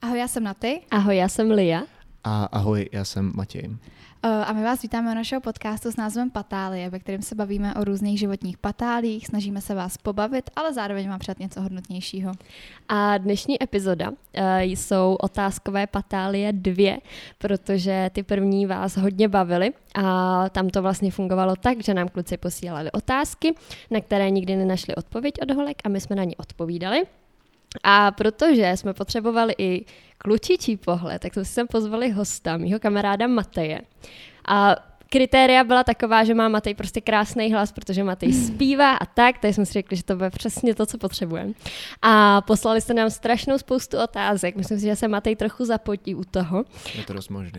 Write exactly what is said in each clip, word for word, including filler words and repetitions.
Ahoj, já jsem Naty. Ahoj, já jsem Lia. A ahoj, já jsem Matěj. A my vás vítáme u našeho podcastu s názvem Patálie, ve kterém se bavíme o různých životních patálích, snažíme se vás pobavit, ale zároveň vám přát něco hodnotnějšího. A dnešní epizoda uh, jsou otázkové patálie dvě, protože ty první vás hodně bavily a tam to vlastně fungovalo tak, že nám kluci posílali otázky, na které nikdy nenašli odpověď od holek a my jsme na ně odpovídali. A protože jsme potřebovali i klučičí pohled, tak jsme si sem pozvali hosta, mýho kamaráda Mateje. A kritéria byla taková, že má Matej prostě krásný hlas, protože Matej zpívá a tak, takže jsme si řekli, že to bude přesně to, co potřebujeme. A poslali jste nám strašnou spoustu otázek. Myslím si, že se Matej trochu zapotí u toho. Je to dost možný.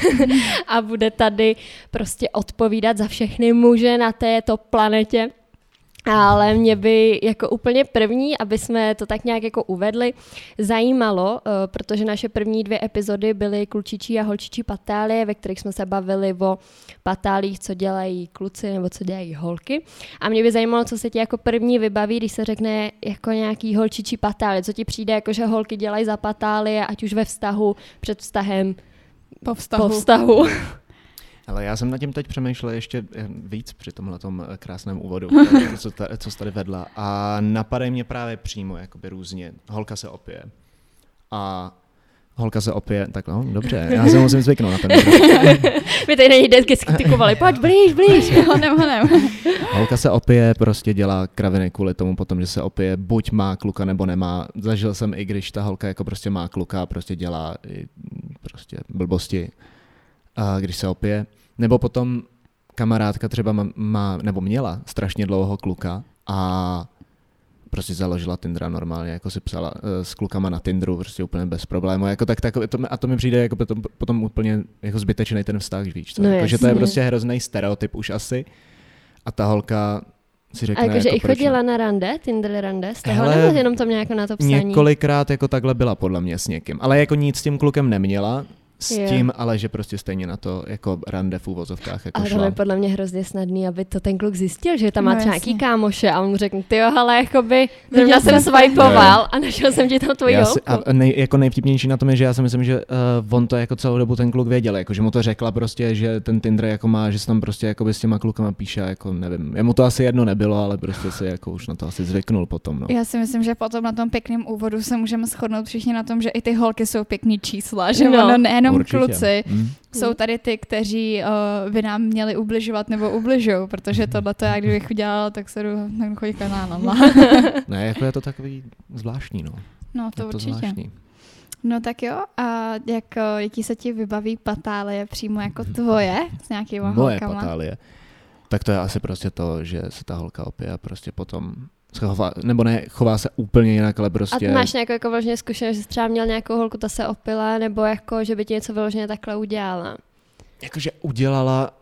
A bude tady prostě odpovídat za všechny muže na této planetě. Ale mě by jako úplně první, aby jsme to tak nějak jako uvedli, zajímalo, protože naše první dvě epizody byly klučičí a holčičí patálie, ve kterých jsme se bavili o patálích, co dělají kluci nebo co dělají holky. A mě by zajímalo, co se ti jako první vybaví, když se řekne jako nějaký holčičí patálie. Co ti přijde, jako že holky dělají za patálie, ať už ve vztahu, před vztahem, po vztahu. Po vztahu. Ale já jsem nad tím teď přemýšlel ještě víc při tomhletom krásném úvodu, co, ta, co jsi tady vedla. A napadají mě právě přímo, jakoby různě. Holka se opije. A holka se opije, tak no, dobře, já se musím zvyknout na ten. My tady není desky skitikovali, pojď blíž, blíž. Honem, honem. Holka se opije, prostě dělá kraviny kvůli tomu potom, že se opije, buď má kluka nebo nemá. Zažil jsem i když ta holka jako prostě má kluka, prostě dělá prostě blbosti, a když se opije. Nebo potom kamarádka třeba má, má, nebo měla strašně dlouho kluka a prostě založila Tindra normálně, jako si psala uh, s klukama na Tindru, prostě úplně bez problému. Jako tak, tak, to, a to mi přijde jako potom, potom úplně jako zbytečný ten vztah, víš co? No jako, že to je prostě hrozný stereotyp už asi. A ta holka si řekne, a jakože jako i chodila na rande, Tinder rande, z toho Hele, nebo jenom tam nějak na to psaní? Několikrát jako takhle byla podle mě s někým, ale jako nic s tím klukem neměla. S jo. tím, ale že prostě stejně na to jako rande v úvozovkách jako ale šla. Ale to je podle mě hrozně snadný, aby to ten kluk zjistil, že tam má no, třeba nějaký jasně. kámoše a on mu řekne, tyjo, ale jakoby zrovna jsem swipeoval a našel jsem ti tam tvoji já holku. si, a nej, jako nejvtipnější na tom je, že já si myslím, že uh, on to jako celou dobu ten kluk věděl, jako, že mu to řekla prostě, že ten Tinder jako má, že se tam prostě jako s těma klukama píše, jako nevím, jemu to asi jedno nebylo, ale prostě se jako už na to asi zvyknul potom. No. Já si myslím, že potom na tom pěkném úvodu se můžeme shodnout všichni na tom, že i ty holky jsou pěkný čísla, že no. ono nejenom Určitě. kluci. Hmm. Jsou tady ty, kteří uh, by nám měli ubližovat nebo ubližují, protože tohle to já kdybych udělala, tak se jdu chodit kanálama. Ne, jako je to takový zvláštní, no. No to, je to určitě. Zvláštní. No tak jo, a jak, jaký se ti vybaví patálie přímo jako tvoje s nějakýma Moje holkama? patálie. Tak to je asi prostě to, že se ta holka opije a prostě potom se chová, nebo ne, chová se úplně jinak, ale prostě... A máš nějakou jako vyloženě zkušenost, že jsi třeba měl nějakou holku, ta se opila, nebo jako, že by ti něco vyloženě takhle udělala? Jakože udělala...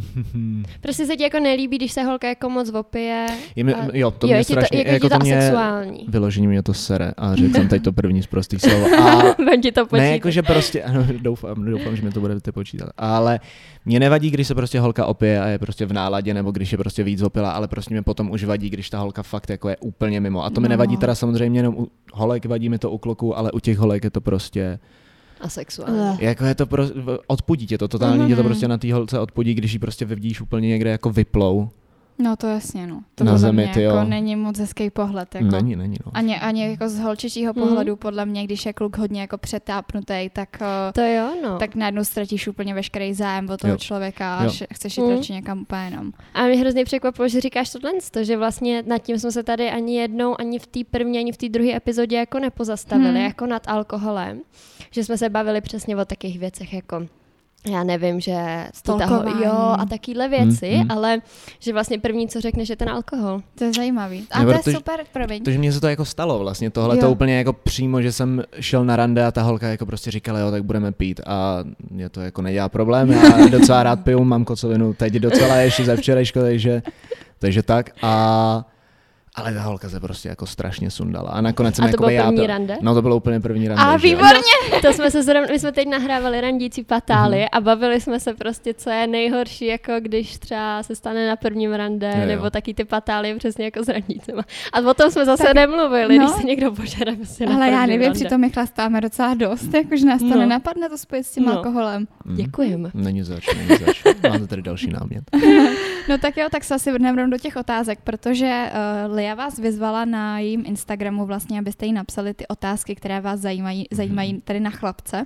Prostě se ti jako nelíbí, když se holka jako moc opije. Je mi, a... jo, to jo, mě strašně... Je to, jako to, to mě asexuální. Vyložení mě to sere a řekl jsem teď to první z prostých slov. A ti to ne, jakože prostě... Ano, doufám, doufám, že mi to budete počítat. Ale mě nevadí, když se prostě holka opije a je prostě v náladě, nebo když je prostě víc opila, ale prostě mě potom už vadí, když ta holka fakt jako je úplně mimo. A to mi no. nevadí teda samozřejmě jenom u holek, vadí mi to u kluků, ale u těch holek je to prostě... Asexuální. Jako je to pro, odpudí tě to, totálně tě to prostě na té holce odpudí, když ji prostě vyvidíš úplně někde jako vyplou. No to jasně, no. To na podle zemi, mě ty jako jo. není moc hezký pohled. Jako. Není, není, no. Ani, ani jako z holčičího Hmm. pohledu, podle mě, když je kluk hodně jako přetápnutý, tak, To jo, no. tak najednou ztratíš úplně veškerý zájem o toho Jo. člověka a Jo. chceš jít Hmm. radši někam úplně jenom. A mě hrozně překvapilo, že říkáš tohle, že vlastně nad tím jsme se tady ani jednou, ani v té první, ani v té druhé epizodě jako nepozastavili, Hmm. jako nad alkoholem. Že jsme se bavili přesně o takových věcech jako já nevím, že Stalkování. jo a takovýhle věci, Hmm, hmm. ale že vlastně první, co řekneš, je ten alkohol. To je zajímavý. A Ne, to je protože- super, promiň. Protože mně se to jako stalo vlastně, tohle Jo. to úplně jako přímo, že jsem šel na rande a ta holka jako prostě říkala, jo, tak budeme pít a mě to jako nedělá problém, já docela rád piju, mám kocovinu teď docela ještě ze včerejška, takže, takže tak a Ale ta holka se prostě jako strašně sundala. A nakonec jsem A to jako bylo já první to, rande? No to bylo úplně první rande. A že? výborně! No, to jsme se zrovna, my jsme teď nahrávali randící patálie Mhm. a bavili jsme se prostě, co je nejhorší, jako když třeba se stane na prvním rande, Jo, jo. nebo taky ty patálie přesně jako s randícema. A o tom jsme zase Tak, nemluvili, no. když se někdo požádá prostě na Ale já prvním nevím, rande. přitom my chlastáme docela dost, jakože nás to No. nenapadne to spojit s tím No. alkoholem. Mm. Děkujeme. Není zač, není zač. Máte tady další námět. No tak jo, tak se asi vrhneme do těch otázek, protože uh, Lia vás vyzvala na jejím Instagramu vlastně, abyste jí napsali ty otázky, které vás zajímají, zajímají tady na chlapce.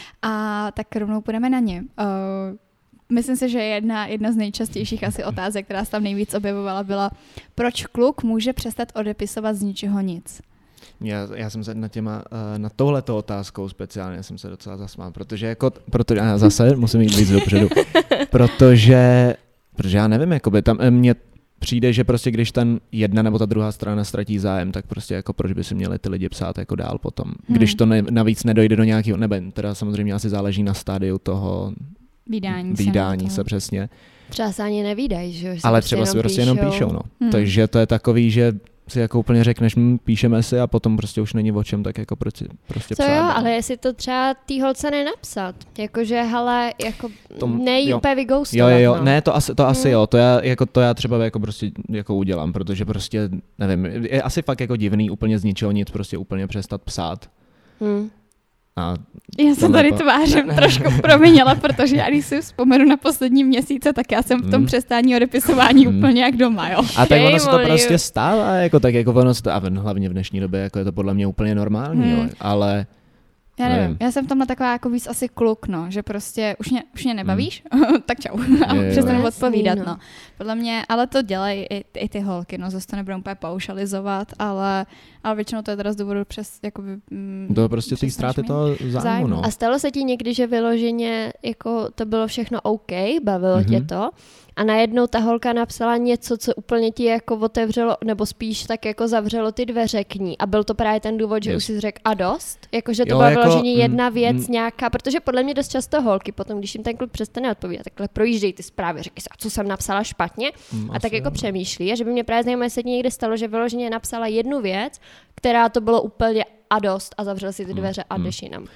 A tak rovnou půjdeme na ně. Uh, myslím si, že jedna, jedna z nejčastějších asi otázek, která se tam nejvíc objevovala, byla, proč kluk může přestat odepisovat z ničeho nic? Já, já jsem se na těma, uh, na touhleto otázkou speciálně jsem se docela zasmál, protože jako, protože, a zase musím jít víc dopředu, protože, protože já nevím, jakoby tam mně přijde, že prostě když ten jedna nebo ta druhá strana ztratí zájem, tak prostě jako proč by si měli ty lidi psát jako dál potom. Když to ne, navíc nedojde do nějakého, nebe, teda samozřejmě asi záleží na stádiu toho Vídání, vídání se. se přesně. Třeba se ani nevídají, že jo? že si Ale prostě třeba si jenom prostě jenom píšou, no. Hmm. Takže to je takový, že si jako úplně řekneš, hm, píšeme si a potom prostě už není o čem, tak jako prostě, prostě Co psát. jo, no. ale jestli to třeba tý holce nenapsat, jakože hele, jako Tom- nejí jo. úplně Jo, vyghostovat, jo, jo, no. ne, to asi, to asi Hmm. jo, to já, jako, to já třeba jako prostě jako udělám, protože prostě, nevím, je asi fakt jako divný úplně z ničeho nic prostě úplně přestat psát. Hmm. A Já se tohle tady jako- tvářím trošku proměnila, protože já když si vzpomenu na poslední měsíce, tak já jsem v tom Hmm. přestání odepisování Hmm. úplně jak doma, jo. A tak ono se to Shame on prostě you. stává, jako tak jako ono se to, a hlavně v dnešní době, jako je to podle mě úplně normální, Hmm. jo, ale Já nevím, nevím. já jsem v tomhle taková jako víc asi kluk, no, že prostě už mě, už mě nebavíš, tak čau. A Jo, jo, přestanu jo. odpovídat, Jasný, no. no. Podle mě, ale to dělají i, i ty holky, no, zase to nebudeme úplně paušalizovat, ale, ale většinou to je teda z důvodu přes, jakoby... Mm, to je prostě ty přes ztráty naš toho zájmu, zájmu. no. A stalo se ti někdy, že vyloženě jako to bylo všechno OK, bavilo Mhm. tě to a najednou ta holka napsala něco, co úplně ti jako otevřelo, nebo spíš tak jako zavřelo ty dveře k ní a byl to právě ten důvod, že Yes. už si řekl a dost? Jakože to Jo, byla jako, vyloženě mm, jedna věc mm. nějaká, protože podle mě dost často holky potom, když jim ten kluk přestane odpovídat, takhle projíždějí ty zprávy, řekli si, a co jsem napsala špatně Mm, a asi tak jako jo, no. přemýšlí a že by mě právě zajímalo, jestli se ti někdy stalo, že vyloženě napsala jednu věc, která to bylo úplně a dost a zavřel si ty Hmm, dveře a hmm. jdeš jinam.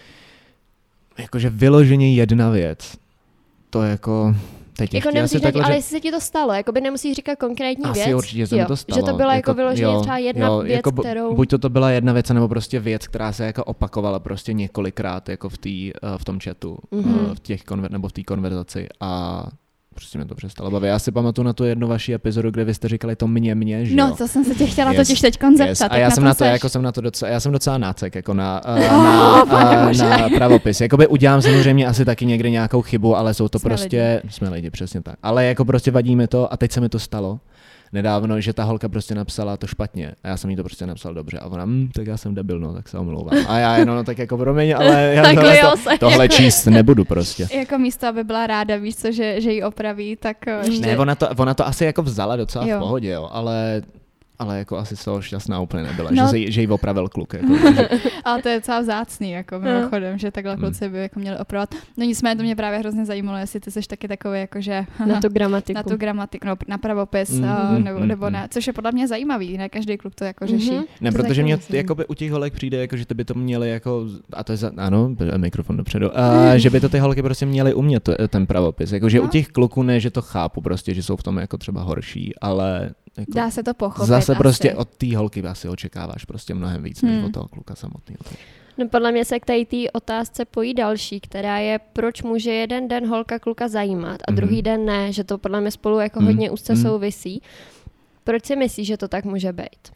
Jakože vyloženě jedna věc, to jako, teď Jako já si nemusíš takhle najít, ale řek- jestli se ti to stalo, jako by nemusíš říkat konkrétní Asi věc. určitě se mi jo, to stalo. Že to byla jako, vyloženě jo, třeba jedna jo, věc, jako bu- kterou... Buď to, to byla jedna věc, nebo prostě věc, která se jako opakovala prostě několikrát jako v, tý, uh, v tom chatu, Mhm. uh, v těch konver- nebo v té konverzaci a prostě mě to přestalo bavit. Já si pamatuju na tu jednu vaši epizodu, kde vy jste říkali to mě, mě, že No, jo? to jsem se tě chtěla Yes. totiž teď zeptat. Yes. A tak já na jsem tom na to, seš. jako jsem na to docela, já jsem docela nácek, jako na, uh, na, uh, na pravopis. Jakoby udělám samozřejmě asi taky někde nějakou chybu, ale jsou to Jsme prostě, jsme lidi, přesně tak. Ale jako prostě vadí mi to a teď se mi to stalo nedávno, že ta holka prostě napsala to špatně a já jsem jí to prostě napsal dobře a ona, hm, tak já jsem debil, no, tak se omlouvám. A já jenom, no tak jako promiň, ale já Tak tohle, jo, to, se- tohle číst nebudu prostě. Jako místo, aby byla ráda, víš co, že, že ji opraví, tak eh, ještě... Ne, ona to, ona to asi jako vzala docela Jo. v pohodě, jo, ale ale jako asi z toho šťastná úplně nebyla, No. že, se, že jí opravil kluk. Jako, takže, Ale to je docela vzácný, jako mimochodem, že takhle kluci by jako měli opravovat. No nicméně to mě právě hrozně zajímalo, jestli ty jsi taky takový, jakože Na tu gramatiku. na tu gramatiku, no, na pravopis, Mhm, a, nebo, mhm, nebo mhm. ne, což je podle mě zajímavý, ne každý kluk to jako řeší. Mhm. ne, To protože taky mě myslím. jakoby u těch holek přijde, jako, že ty by to měly jako, a to je za, ano, mikrofon dopředu, a, že by to ty holky prostě měly umět to, ten pravopis. Jako, že No. u těch kluků ne, že to chápu prostě, že jsou v tom jako třeba horší, ale jako, Dá se to pochopit zase asi. prostě od té holky asi očekáváš prostě mnohem víc, než Hmm. od toho kluka samotného. No podle mě se k tady té otázce pojí další, která je, proč může jeden den holka kluka zajímat a Mhm. druhý den ne, že to podle mě spolu jako Mhm. hodně úzce Mhm. souvisí. Proč si myslíš, že to tak může být?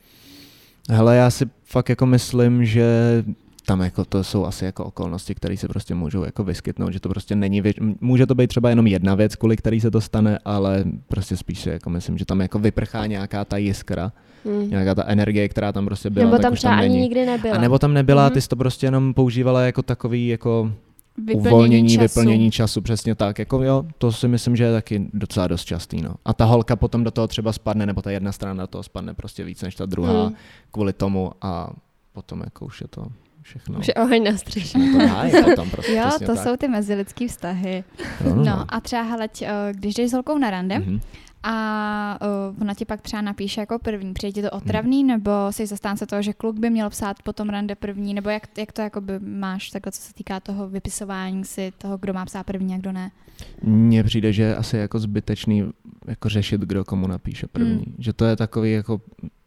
Hele, já si fakt jako myslím, že tam jako to jsou asi jako okolnosti, které se prostě můžou jako vyskytnout, že to prostě není, věc, může to být třeba jenom jedna věc, kvůli který se to stane, ale prostě spíš si jako myslím, že tam jako vyprchá nějaká ta jiskra, Hmm. nějaká ta energie, která tam prostě byla, Nebo tak tam už třeba tam ani není. nikdy nebyla. A nebo tam nebyla, Mhm. ty jsi to prostě jenom používala jako takový jako Vyplnění uvolnění, času. vyplnění času, přesně tak. Jako jo, to si myslím, že je taky docela dost častý. No. A ta holka potom do toho třeba spadne, nebo ta jedna strana do toho spadne prostě víc než ta druhá Hmm. kvůli tomu a potom jako už je to všechno. Už je oheň na střeše. Je to háj potom prostě, Jo, přesně to tak. jsou ty mezilidský vztahy. No, no, No a třeba, hele, když jdeš s holkou na rande Mhm. a uh, ona ti pak třeba napíše jako první, přijde ti to otravný, hmm. nebo jsi zastánce toho, že kluk by měl psát potom rande první, nebo jak, jak to jakoby máš takhle, co se týká toho vypisování si toho, kdo má psát první a kdo ne? Mně přijde, že je asi jako zbytečný jako řešit, kdo komu napíše první. Hmm. Že to je takový jako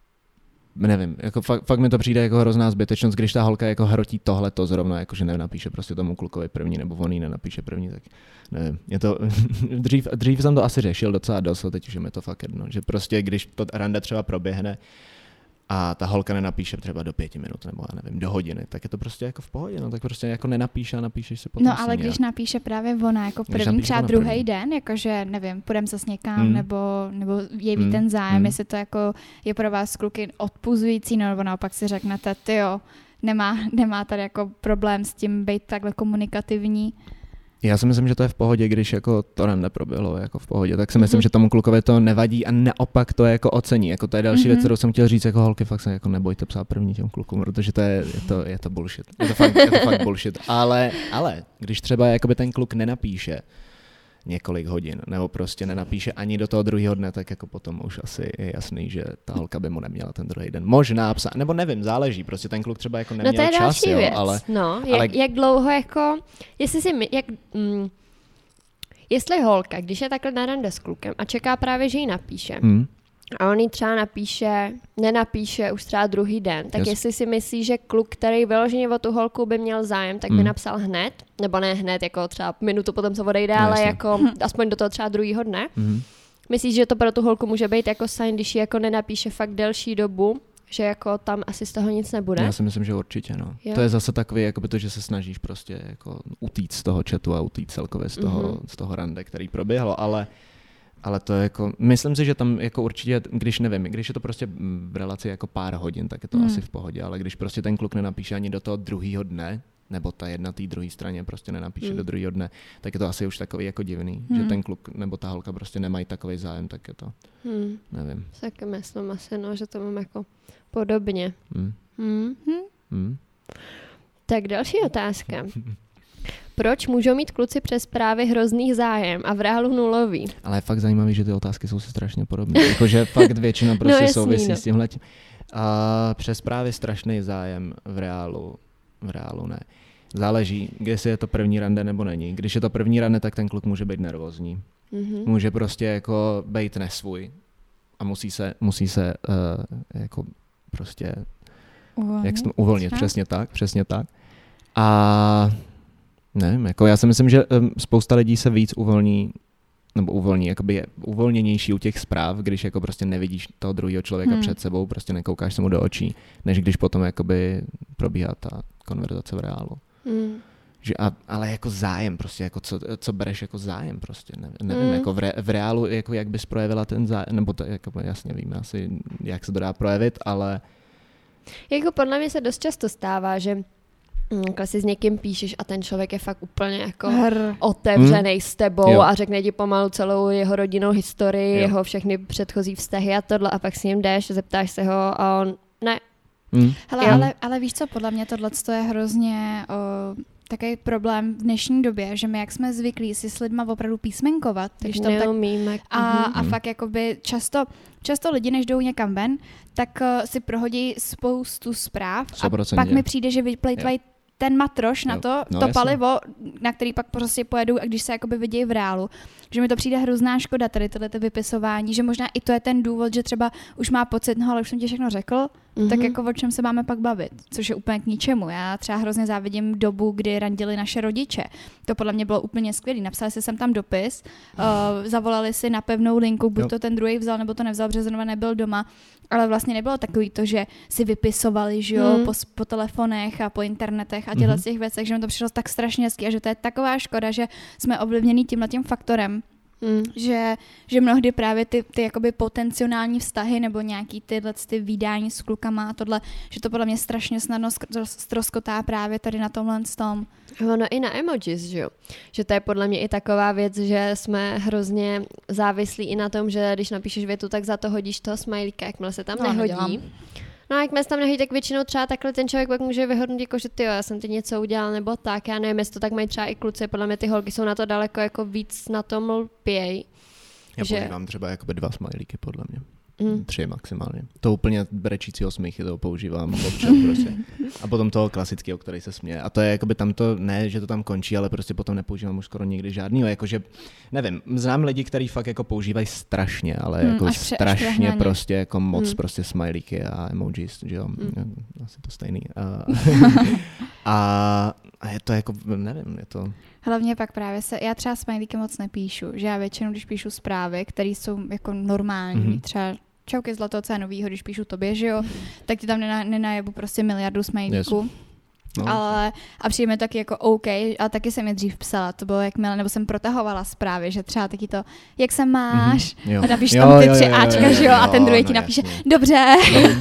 nevím, jako fakt, fakt mi to přijde jako hrozná zbytečnost, když ta holka jako hrotí tohleto zrovna, jako že nenapíše prostě tomu klukovi první, nebo on jí nenapíše první, tak nevím. Je to, dřív, dřív jsem to asi řešil docela dost, a teď už je mi to fakt jedno, že prostě když to rande třeba proběhne a ta holka nenapíše třeba do pěti minut, nebo já nevím, do hodiny, tak je to prostě jako v pohodě, no tak prostě jako nenapíše a napíšeš si potom. No ale když napíše právě ona jako první, třeba druhý den, jakože nevím, půjdem se s někam, hmm. nebo, nebo jeví hmm. ten zájem, hmm. jestli to jako je pro vás kluky odpuzující, nebo naopak si řeknete, tyjo, nemá, nemá tady jako problém s tím být takhle komunikativní. Já si myslím, že to je v pohodě, když jako to rande proběhlo jako v pohodě, tak si myslím, mm-hmm. že tomu klukovi to nevadí a naopak to jako ocení. Jako to je další mm-hmm. věc, kterou jsem chtěl říct, jako holky, fakt se jako nebojte psát první těm klukům, protože to je, je, to, je to bullshit. Je to fakt, je to fakt bullshit. Ale, ale když třeba jakoby ten kluk nenapíše několik hodin, nebo prostě nenapíše ani do toho druhého dne, tak jako potom už asi je jasný, že ta holka by mu neměla ten druhý den. Možná psát, nebo nevím, záleží, prostě ten kluk třeba jako neměl čas. No to je další čas, věc, jo, ale, no, ale... Jak, jak dlouho jako, jestli si, jak, mm, jestli holka, když je takhle na rande s klukem a čeká právě, že jí napíše, hmm. a on jí třeba napíše, nenapíše už třeba druhý den, tak yes. jestli si myslí, že kluk, který vyloženě o tu holku by měl zájem, tak by hmm. napsal hned, nebo ne hned, jako třeba minutu potom, co odejde, no, ale jasně. jako aspoň do toho třeba druhýho dne. Hmm. Myslíš, že to pro tu holku může být jako sign, když ji jako nenapíše fakt delší dobu, že jako tam asi z toho nic nebude? Já si myslím, že určitě, no. Jo. To je zase takový, jako by to, že se snažíš prostě jako utíct z toho chatu a utíct celkově z toho, mm-hmm. z toho rande, který proběhlo, ale Ale to je jako, myslím si, že tam jako určitě, když nevím, když je to prostě v relaci jako pár hodin, tak je to hmm. asi v pohodě, ale když prostě ten kluk nenapíše ani do toho druhého dne, nebo ta jedna té druhé straně prostě nenapíše hmm. do druhého dne, tak je to asi už takový jako divný, hmm. že ten kluk nebo ta holka prostě nemají takový zájem, tak je to, hmm. nevím. Taky myslím asi, no, že to mám jako podobně. Hmm. Hmm. Hmm. Tak další otázka. Proč můžou mít kluci přes zprávy hrozných zájem a v reálu nulový? Ale je fakt zajímavý, že ty otázky jsou si strašně podobné. Jakože fakt většina prostě no jasný, souvisí no. s tímhletím. A přes zprávy strašný zájem v reálu, v reálu ne. Záleží, jestli je to první rande nebo není. Když je to první rande, tak ten kluk může být nervózní. Mm-hmm. Může prostě jako být nesvůj a musí se, musí se uh, jako prostě uvolnit, jak jsem, uvolnit přesně tak, přesně tak. A nevím, jako já si myslím, že um, spousta lidí se víc uvolní, nebo uvolní, jakoby je uvolněnější u těch zpráv, když jako prostě nevidíš toho druhého člověka hmm. před sebou, prostě nekoukáš se mu do očí, než když potom jakoby probíhá ta konverzace v reálu. Hmm. Že a, ale jako zájem prostě, jako co, co bereš jako zájem prostě, ne, nevím, hmm. jako v, re, v reálu, jako jak bys projevila ten zájem, nebo to jako jasně víme asi, jak se to dá projevit, ale jako podle mě se dost často stává, že když si s někým píšeš a ten člověk je fakt úplně jako Hr. otevřený hmm. s tebou jo. a řekne ti pomalu celou jeho rodinnou historii, jo. jeho všechny předchozí vztahy a tohle a pak s ním jdeš, zeptáš se ho a on ne. Hmm. Hele, ale, ale víš co, podle mě tohle je hrozně o, takový problém v dnešní době, že my jak jsme zvyklí si s lidma opravdu písmenkovat, když tam tak, a, a fakt jakoby často, často lidi, než jdou někam ven, tak uh, si prohodí spoustu zpráv a pak mi přijde, že vyplejtvají ten matroš jo. na to, no, to jasný. palivo, na který pak prostě pojedou a když se jakoby vidějí v reálu. Že mi to přijde hrozná škoda, tady tohleto vypisování, že možná i to je ten důvod, že třeba už má pocit, no ale už jsem ti všechno řekl, mm-hmm. tak jako o čem se máme pak bavit, což je úplně k ničemu. Já třeba hrozně závidím dobu, kdy randili naše rodiče. To podle mě bylo úplně skvělé. Napsali si sem tam dopis, uh, zavolali si na pevnou linku, buď jo. to ten druhý vzal, nebo to nevzal, protože zrovna nebyl doma. Ale vlastně nebylo takový to, že si vypisovali, že jo, mm. po, po telefonech a po internetech a těchto mm-hmm. těch věcech, že mi to přišlo tak strašně hezky a že to je taková škoda, že jsme ovlivněni tímhletím faktorem, mm. že, že mnohdy právě ty, ty jakoby potenciální vztahy nebo nějaký tyhle ty vídání s klukama a tohle, že to podle mě strašně snadno ztroskotá právě tady na tomhle tom. Ono i na emojis, že jo. Že to je podle mě i taková věc, že jsme hrozně závislí i na tom, že když napíšeš větu, tak za to hodíš toho smajlíka, jakmile se tam no, nehodí. Nedělám. No a jakmile se tam nehodí, tak většinou třeba takhle ten člověk pak může vyhodnout, jako, že tyjo, já jsem ty něco udělal nebo tak. Já nevím, jestli to tak mají třeba i kluci, podle mě ty holky jsou na to daleko jako víc na tom lpěj. Já že... používám třeba jakoby dva smajlíky, podle mě. Mm. Tři maximálně. To úplně brečícího smíchy to používám občas prostě. A potom toho klasického, který se směje. A to je jakoby tam to, ne, že to tam končí, ale prostě potom nepoužívám už skoro nikdy žádnýho. Jakože, nevím, znám lidi, kteří fakt jako používají strašně, ale mm, jako až pře- strašně až prostě jako moc mm. prostě smajlíky a emojis, že jo. Mm. Asi to stejný. A, a, a je to jako, nevím, je to... Hlavně pak právě se, já třeba smajlíky moc nepíšu, že já většinou, když píšu zprávy, které jsou jako normální, mm-hmm. třeba čauky zlato, co je novýho, když píšu tobě, že jo, tak ti tam nena, nenajebu prostě miliardu smajlíků. Yes. No, ale a přijde mi taky jako OK, a taky jsem je dřív psala, to bylo jakmile, nebo jsem protahovala zprávy, že třeba taky to, jak se máš, mm-hmm, a napíš jo, tam ty jo, tři jo, Ačka, jo, jo, že jo, a ten druhý no, ti napíše, jasně. Dobře,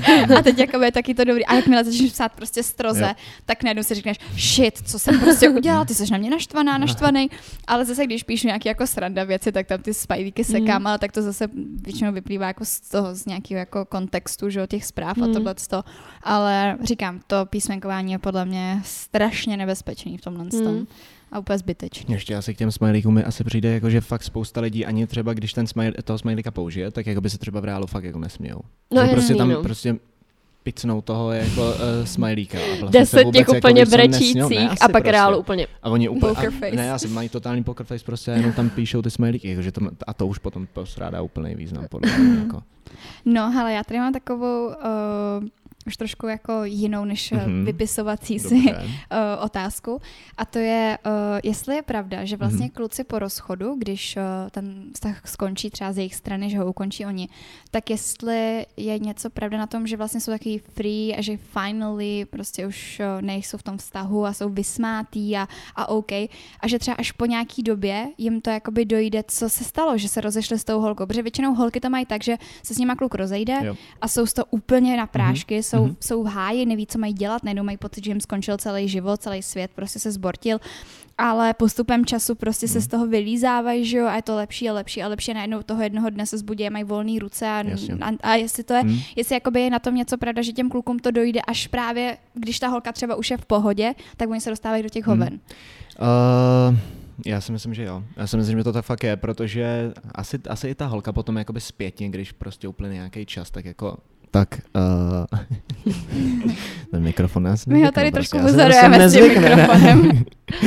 a teď jakoby je taky to dobrý, a jakmile začneš psát prostě stroze, jo. tak najednou si řekneš, shit, co jsem prostě udělala, ty jsi na mě naštvaná, naštvaný, ale zase když píšu nějaký jako sranda věci, tak tam ty smajlíky sekám, mm. ale tak to zase většinou vyplývá jako z toho, z nějakého jako kontextu, že jo, těch zpráv mm. a tohleto, ale říkám, to písmenkování je podle mě strašně nebezpečný v tomhle mm. a úplně zbytečný. Ještě asi k těm smajlíkům mi asi přijde, jako, že fakt spousta lidí ani třeba, když ten smajl, toho smajlíka použije, tak jako by se třeba v reálu fakt jako nesmějou. No že prostě tam no. prostě picnou toho jako uh, smajlíka. A vlastně deset těch úplně jako, brečících a pak prostě. reálu úplně a oni úplně, poker a, face. Ne, asi mají totální poker face prostě a jenom tam píšou ty smajlíky, jako, že to, a to už potom postrádá úplný význam. Podle mě, jako. No hele, já tady mám takovou... Uh, už trošku jako jinou než mm-hmm. vypisovací si uh, otázku. A to je, uh, jestli je pravda, že vlastně mm-hmm. kluci po rozchodu, když uh, ten vztah skončí třeba z jejich strany, že ho ukončí oni, tak jestli je něco pravda na tom, že vlastně jsou takový free a že finally prostě už uh, nejsou v tom vztahu a jsou vysmátý a, a OK. A že třeba až po nějaký době jim to jakoby dojde, co se stalo, že se rozešli s tou holkou. Protože většinou holky to mají tak, že se s nima kluk rozejde jo. a jsou z toho úplně na prášky, mm-hmm. Jsou, mm-hmm. jsou v háji, neví, co mají dělat, najednou mají pocit, že jim skončil celý život, celý svět, prostě se zbortil, ale postupem času prostě mm. se z toho vylízávají, že jo, a je to lepší a lepší a lepší, najednou toho jednoho dne se zbudí a mají volné ruce a, a, a jestli to je, mm. jestli jakoby je na tom něco pravda, že těm klukům to dojde až právě, když ta holka třeba už je v pohodě, tak oni se dostávají do těch mm. hoven. Uh... Já si myslím, že jo. Já si myslím, že to tak fakt je, protože asi, asi i ta holka potom jakoby zpětně, když prostě uplyne nějaký čas, tak jako tak uh, ten mikrofon nás My ho tady trošku pozorujeme s tím mikrofonem.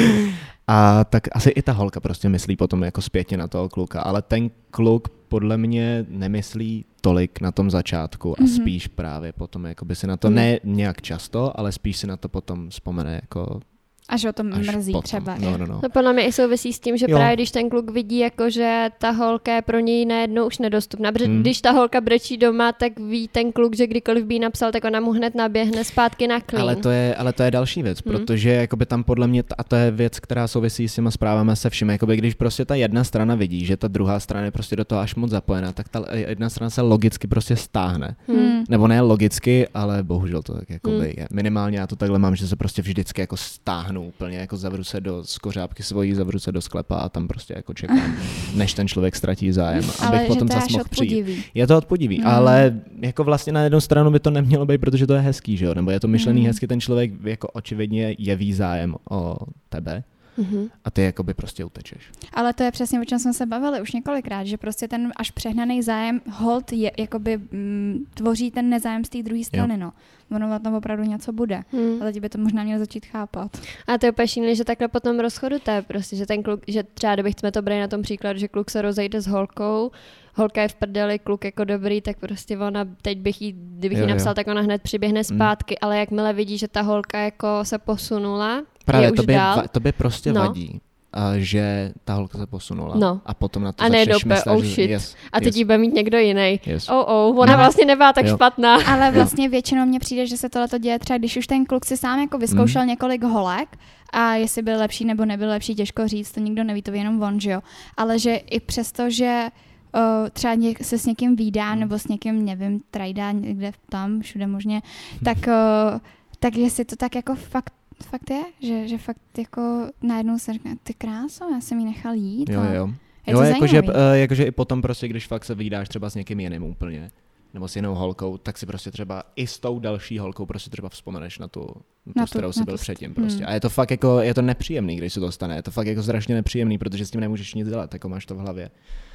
A tak asi i ta holka prostě myslí potom jako zpětně na toho kluka, ale ten kluk podle mě nemyslí tolik na tom začátku a mm-hmm. spíš právě potom jakoby si na to, mm. ne nějak často, ale spíš si na to potom vzpomene jako Až o tom mrzí potom. Třeba. No, no, no. To podle mě i souvisí s tím, že jo. právě když ten kluk vidí, jako, že ta holka je pro něj najednou už nedostupná. Protože hmm. když ta holka brečí doma, tak ví ten kluk, že kdykoliv by jí napsal, tak ona mu hned naběhne zpátky na klín. Ale to je, ale to je další věc, hmm. protože jakoby tam podle mě, a to je věc, která souvisí s těma zprávami se vším, jakoby když prostě ta jedna strana vidí, že ta druhá strana je prostě do toho až moc zapojená, tak ta jedna strana se logicky prostě stáhne. Hmm. Nebo ne logicky, ale bohužel to tak jakoby hmm. je. Minimálně já to takhle mám, že se prostě vždycky jako stáhnu úplně, jako zavřu se do skořápky svojí, zavřu se do sklepa a tam prostě jako čekám, než ten člověk ztratí zájem, abych potom zase mohl přijít. Je to odpodivý, mm. ale jako vlastně na jednu stranu by to nemělo být, protože to je hezký, že jo, nebo je to myšlený mm. hezky, ten člověk jako očividně jeví zájem o tebe. Mm-hmm. A ty jakoby prostě utečeš. Ale to je přesně, o čem jsme se bavili už několikrát, že prostě ten až přehnaný zájem hold je, jakoby m, tvoří ten nezájem z té druhé strany, jo. no. Ono tam opravdu něco bude, hmm. ale ti by to možná mělo začít chápat. A to je úplně šílené, že takhle potom rozchodu to je prostě, že ten kluk, že třeba kdybych jsme to brali na tom příkladu, že kluk se rozejde s holkou, holka je v prdeli, kluk jako dobrý, tak prostě ona, teď bych jí, kdybych jo, jí napsal, jo. tak ona hned přiběhne zpátky, hmm. ale jakmile vidí, že ta holka jako se posunula, právě je už tobě, dál. Va, tobě prostě no. vadí. A že ta holka se posunula no. a potom na to a začneš myslet, oh že shit. Yes, a teď yes. jí bude mít někdo jiný. Yes. Oh, oh, ona ale, vlastně nebyla tak jo. špatná. Ale vlastně většinou mně přijde, že se tohleto děje třeba, když už ten kluk si sám jako vyzkoušel mm. několik holek a jestli byl lepší nebo nebyl lepší, těžko říct, to nikdo neví, to ví jenom on, že jo. Ale že i přesto, že uh, třeba něk, se s někým vídá nebo s někým, nevím, trajdá někde tam, všude možně, tak, uh, tak jestli to tak jako fakt Fakt je, že, že fakt jako najednou se řekne, ty kráso, já jsem jí nechal jít. Jo, jo. Je jo, to jakože, jakože i potom prostě, když fakt se vydáš třeba s někým jiným úplně, nebo s jinou holkou, tak si prostě třeba i s tou další holkou prostě třeba vzpomeneš na tu, na tu kterou jsi byl předtím prostě. Hmm. A je to fakt jako, je to nepříjemný, když se to stane, je to fakt jako strašně nepříjemný, protože s tím nemůžeš nic dělat, jako máš to v hlavě.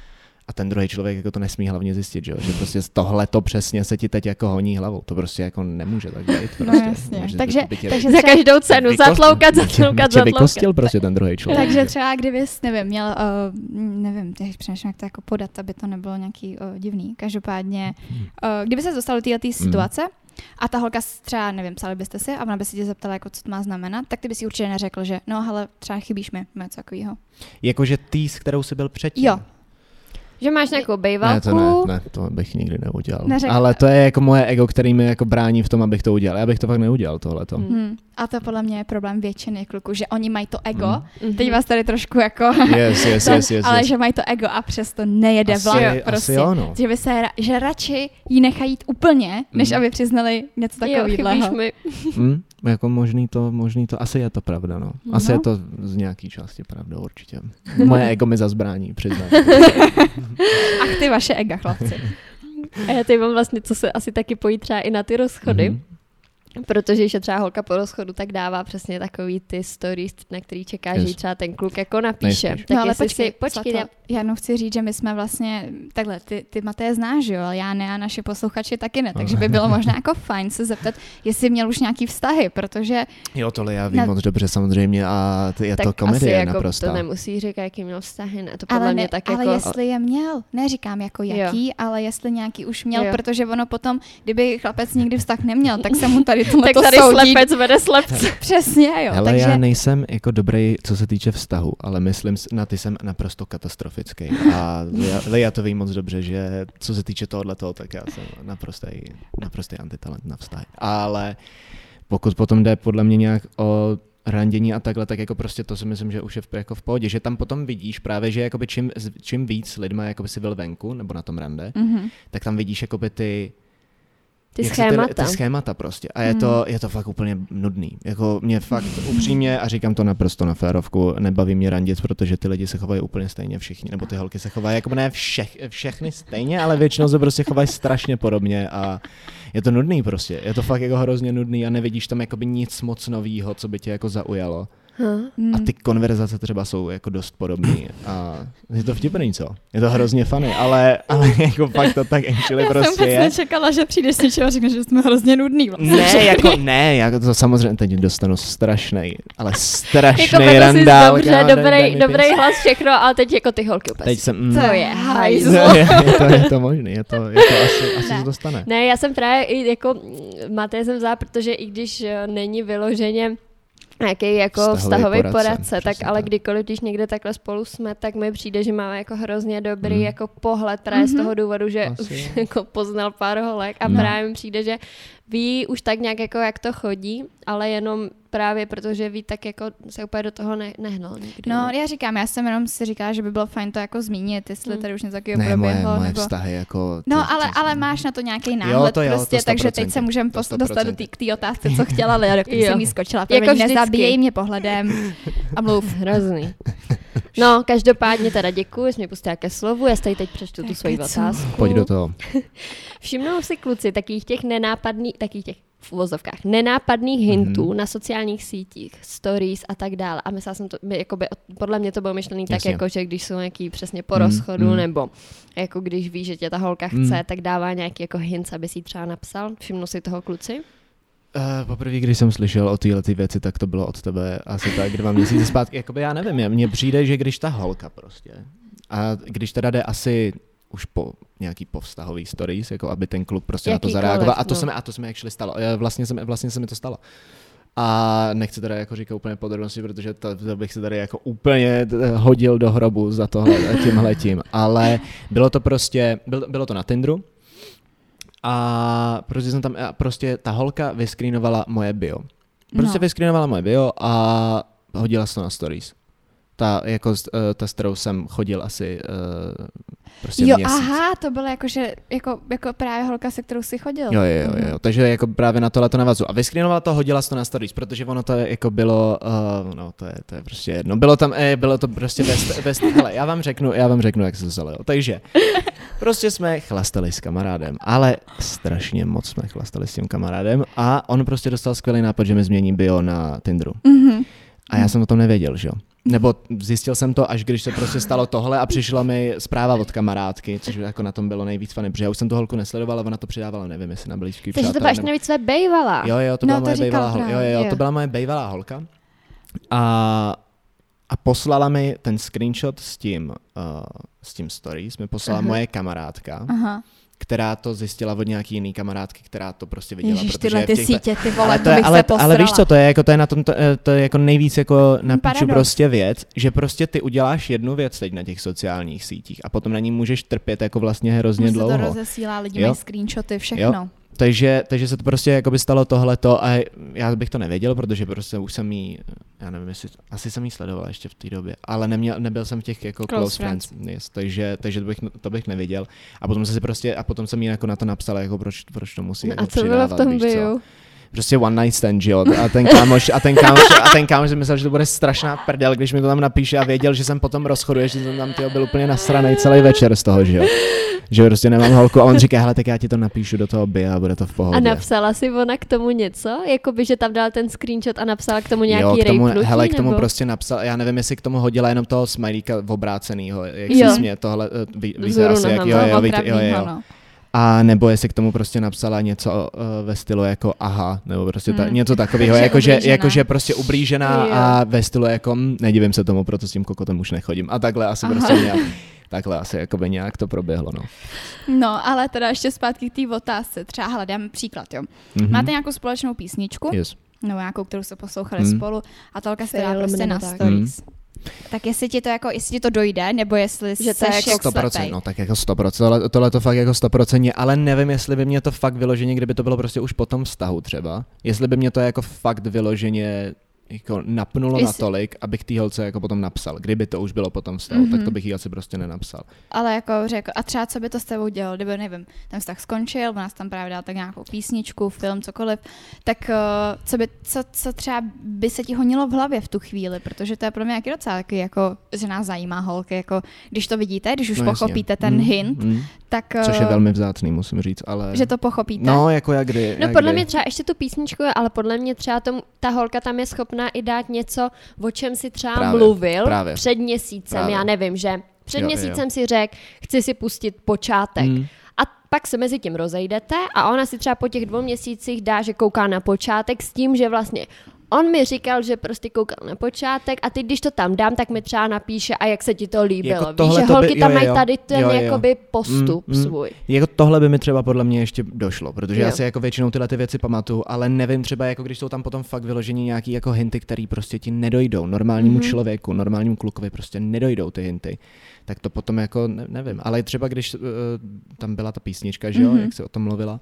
A ten druhý člověk jako to nesmí hlavně zjistit, že, jo? Že prostě tohle to přesně se ti teď jako honí hlavou. To prostě jako nemůže tak být. Prostě. No jasně. Může Takže, by tě, takže za každou cenu, vykost, zatloukat, zatloukat, tě zatloukat. vykostil prostě ten druhý člověk. takže třeba kdybys, nevím, měl, uh, nevím, teď přemýšlím, jak to jako podat, aby to nebylo nějaký uh, divný. Každopádně, uh, kdyby se dostal do této situace, mm. a ta holka třeba, nevím, psali byste si a ona by se tě zeptala, jako, co to má znamenat, tak ty bys si určitě neřekl, že no, hele, třeba chybíš mi, něco takového. Jakože ty, s kterou jsi byl předtím. Jo. Že máš nějakou bejvalku. Ne, to ne, ne, to bych nikdy neudělal. Neřekl. Ale to je jako moje ego, který mi jako brání v tom, abych to udělal. Já bych to fakt neudělal, tohleto. Hmm. A to podle mě je problém většiny kluků, že oni mají to ego, Hmm. teď vás tady trošku jako... Yes, yes, to, yes, yes, ale yes. že mají to ego a přesto nejede Asi- vlak. asi Prostě. jo, no. Že, by se, ra- že radši jí nechají jít úplně, než Hmm. aby přiznali něco Jo, chybíš takového. mi. Hmm, jako možný to, možný to, asi je to pravda, no. Asi No. je to z nějaký části pravda, určitě. Moje ego mi zazbrání, přiznám. Ach ty vaše ega, chlapci. A já tady mám vlastně, co se asi taky pojí třeba i na ty rozchody. Mhm. Protože když je třeba holka po rozchodu, tak dává přesně takový ty stories, na který čeká, Yes. že jí třeba ten kluk jako napíše. Nejspíš. Tak No ale jestli počkej, si, počkej, Zlato, já, já jenom chci říct, že my jsme vlastně, takhle, ty, ty Mateje znáš, jo, ale já ne a naši posluchači taky ne, takže by bylo možná jako fajn se zeptat, jestli měl už nějaký vztahy, protože Jo, tohle já vím Na- moc dobře samozřejmě a to je tak to komedie asi jako naprosto. to nemusí říkat, jaký měl vztahy, ne? To podle ale, mě ne, tak ale jako... jestli je měl, neříkám jako jaký, jo. ale jestli nějaký už měl, Jo. protože ono potom, kdyby chlapec nikdy vztah neměl, tak se mu tady tohle tak to tady soudí. slepec vede slepce. Přesně, jo. Hele, takže já nejsem jako dobrý, co se týče vztahu, ale myslím, s- na ty jsem naprosto katastrofický. A já, já to vím moc dobře, že co se týče tohoto, tak já jsem naprostý, naprostý antitalent na vztahy. Ale pokud potom jde podle mě nějak o randění a takhle, tak jako prostě to si myslím, že už je v, jako v pohodě, že tam potom vidíš právě, že jakoby čím, čím víc lidma jakoby si byl venku, nebo na tom rande, Mhm. tak tam vidíš jakoby ty Ty jak se schémata. Ty, ty schémata prostě. A je, to, je to fakt úplně nudný. Jako mě fakt upřímně, a říkám to naprosto na férovku, nebaví mě randit, protože ty lidi se chovají úplně stejně všichni, nebo ty holky se chovají, jako ne všech, všechny stejně, ale většinou se prostě chovají strašně podobně a je to nudný prostě. Je to fakt jako hrozně nudný a nevidíš tam jakoby nic moc novýho, co by tě jako zaujalo. Hm. A ty konverzace třeba jsou jako dost podobný a je to vtipný, co? Je to hrozně funny, ale, ale jako fakt to tak actually Já prostě jsem je. vůbec nečekala, že přijdeš s něčím a řekneš, že jsme hrozně nudný. Vlastně. Ne, jako ne, jako to samozřejmě teď dostanu strašnej, ale Jako strašnej vedl jsi randál. dobře, kámo, dej- dobrý, dej mi dobrý pěst. hlas, všechno, ale teď jako ty holky úplně. Teď jsem... Mm, To je hajzl. je, je, to, je to možný, je to, je to asi, asi Ne. se to stane. Ne, já jsem právě i jako, Maté jsem vzala, protože i když eh, není vyloženě nějaký jako Vztahový vztahový poradce, poradce, tak přesně ale tak. kdykoliv, když někde takhle spolu jsme, tak mi přijde, že máme jako hrozně dobrý Mm. jako pohled právě z Mhm. toho důvodu, že Asi už jo. jako poznal pár holek a No. právě mi přijde, že ví už tak nějak jako jak to chodí, ale jenom právě protože ví tak jako se úplně do toho ne- nehnal nikdy. No, já říkám, já jsem jenom si říkala, že by bylo fajn to jako zmínit, jestli Hmm. tady už něco takového Ne, moje, proběhlo. moje nebo... vztahy jako... No, to- ale, to- ale máš na to nějaký náhled to jo, to prostě, sto procent, takže teď se můžeme to pos- sto dostat do procent. té k té otázce, co chtěla Lea, do které Jo. jsem jí skočila. Jako Promiň, vždycky. nezabíjej mě pohledem a mluv. Hrozný. No, každopádně teda děkuji, jsi mě pustila ke slovu, já si tady teď přečtu tu Tak svoji co? otázku. Pojď do toho. Všimnou si kluci takových těch nenápadných, takových těch v uvozovkách, nenápadných hintů mm-hmm. na sociálních sítích, stories a tak dále. A myslela jsem to, my, jakoby, podle mě to bylo myšlený tak, Jasně. jako, že když jsou nějaký přesně po Mm, rozchodu, mm. nebo jako když ví, že tě ta holka chce, Mm. tak dává nějaký jako hints, aby si ji třeba napsal. Všimnou si toho kluci? Uh, poprvé, když jsem slyšel o téhle věci, tak to bylo od tebe asi tak dva měsíce zpátky. Jakoby já nevím, mně přijde, že když ta holka prostě, a když teda jde asi už po nějaký povztahový stories, jako aby ten kluk prostě na to Jakýkoliv, zareagoval. A to no. se mi, a to se mi actually stalo. Já Vlastně se mi, vlastně se mi to stalo. A nechci teda jako říkat úplně podrobnosti, protože to, to bych se tady jako úplně hodil do hrobu za tohle, tímhletím. Ale bylo to prostě, bylo, bylo to na Tinderu. A prostě jsem tam, a prostě ta holka vyscreenovala moje bio. Prostě No. vyscreenovala moje bio a hodila se to na stories. Ta, jako, uh, ta, s kterou jsem chodil asi uh, prostě Jo, měsíc. aha, to bylo jako, že, jako, jako právě holka, se kterou jsi chodil. Jo, jo, jo, jo. Takže jako právě na tohle to navazu. A vyscreenovala to, hodila se to na stories, protože ono to je, jako bylo, uh, no to je, to je prostě jedno. Bylo tam, eh, bylo to prostě bez, bez, hele, já vám řeknu, já vám řeknu, jak se to stalo. Jo. Takže prostě jsme chlastali s kamarádem, ale strašně moc jsme chlastali s tím kamarádem a on prostě dostal skvělý nápad, že mi změní bio na Tinderu. Mhm. A já jsem o tom nevěděl, že jo. Nebo zjistil jsem to, až když se prostě stalo tohle a přišla mi zpráva od kamarádky, což jako na tom bylo nejvíc fany, protože já už jsem tu holku nesledoval, ale ona to přidávala, nevím, jestli na blízký přátelé. Takže to byla ještě navíc své bejvala. Jo, jo, to No, byla to moje říkal bejvalá holka. Jo, právě, jo, jo. to byla moje bejvalá holka. A, a poslala mi ten screenshot s tím, uh, s tím stories, mi poslala Aha. moje kamarádka. Aha. Která to zjistila od nějaký jiný kamarádky, která to prostě viděla. Ježíš, protože tyhle v ty těch... sítě, ty vole, ale, to to je, bych ale, se posrala. ale víš co, to je jako, to je na tom, to, to je jako nejvíc jako na píču Paradox. prostě věc, že prostě ty uděláš jednu věc teď na těch sociálních sítích a potom na ní můžeš trpět jako vlastně hrozně Mně se dlouho. to rozesílá, lidi Jo. mají screenshoty, všechno. Jo. Takže, takže se to prostě jako by stalo tohleto a já bych to nevěděl, protože prostě už jsem jí, já nevím, jestli, asi jsem jí sledoval ještě v té době, ale neměl, nebyl jsem v těch jako close, Close friends, friends yes, takže, takže to, bych, to bych nevěděl. A potom jsem si prostě, a potom jsem jí jako na to napsal, jako proč, proč to musí No jako a co bylo přidávat, v tom víš co. bio? Prostě one night stand, že jo, a ten kámoš, a ten kámoš, a ten kámoš si myslel, že to bude strašná prdel, když mi to tam napíše a věděl, že jsem potom rozchoduje, že jsem tam tyjo, byl úplně nasranej celý večer z toho, že jo. Že prostě nemám holku a on říká, hele, tak já ti to napíšu do toho bio a bude to v pohodě. A napsala si ona k tomu něco? Jakoby, že tam dal ten screenshot a napsala k tomu nějaký jo, k tomu, rejpnutí, hele, k tomu nebo? prostě napsal, já nevím, jestli k tomu hodila jenom toho smajlíka obrácenýho, jak Jo. se směje tohle, uh, ví, víte Vzhůru asi, jak, nohama. jo, jo, Toho víte, jo, jo, opravdýho, no. A nebo jestli k tomu prostě napsala něco uh, ve stylu jako aha, nebo prostě ta, Hmm. něco takového, Takže jakože ublížená. jakože prostě ublížená Jo. a ve stylu jako hm, nedivím se tomu, proto s tím kokotem už nechodím. A takhle asi Aha. prostě nějak, takhle asi jakoby nějak to proběhlo, no. No, ale teda ještě zpátky k té otázce. Třeba, hele, dám příklad, jo. Mhm. Máte nějakou společnou písničku, Yes. nebo nějakou, kterou jste poslouchali Hmm. spolu a ta holka se dá Fail prostě nebo na tak. stories. Tak jestli ti to jako, jestli ti to dojde, nebo jestli Že to seš je jako jak sto procent, slepej. no tak jako sto procent, tohle, tohle to fakt jako sto procent, ale nevím, jestli by mě to fakt vyloženě, kdyby to bylo prostě už po tom vztahu třeba, jestli by mě to jako fakt vyloženě jako napnulo Jestli- natolik, abych té holce jako potom napsal. Kdyby to už bylo po tom vztahu, Mhm. tak to bych jí asi prostě nenapsal. Ale jako řekl, a třeba co by to s tebou dělalo, kdyby, nevím, ten vztah skončil, ona tam právě dala tak nějakou písničku, film, cokoliv, tak uh, co, by, co, co třeba by se ti honilo v hlavě v tu chvíli, protože to je pro mě jaký docela takový, jako, že nás zajímá holky, jako, když to vidíte, když už No, pochopíte jasně. ten Mm, hint, mm. tak... Což je uh, velmi vzácný, musím říct, ale... Že to pochopíte? No, jako jak kdy. No jak podle kdy. mě třeba ještě tu písničku, ale podle mě třeba tomu, ta holka tam je schopná i dát něco, o čem si třeba Právě, mluvil právě. před měsícem, Právě. já nevím, že před Jo, jo. měsícem si řekl, chci si pustit počátek. Mm. A pak se mezi tím rozejdete a ona si třeba po těch dvou měsících dá, že kouká na počátek s tím, že vlastně on mi říkal, že prostě koukal na počátek a teď, když to tam dám, tak mi třeba napíše a jak se ti to líbilo. Jako Víš, tohle že to by- holky jo, tam jo, mají jo. tady ten Jo, jo. jakoby postup Mm, mm. svůj. Jako tohle by mi třeba podle mě ještě došlo, protože Jo. já si jako většinou tyhle ty věci pamatuju, ale nevím třeba jako když jsou tam potom fakt vyložení nějaký jako hinty, který prostě ti nedojdou, normálnímu Mhm. člověku, normálnímu klukovi prostě nedojdou ty hinty, tak to potom jako ne, nevím, ale třeba když uh, tam byla ta písnička, že jo, Mhm. jak jsi o tom mluvila,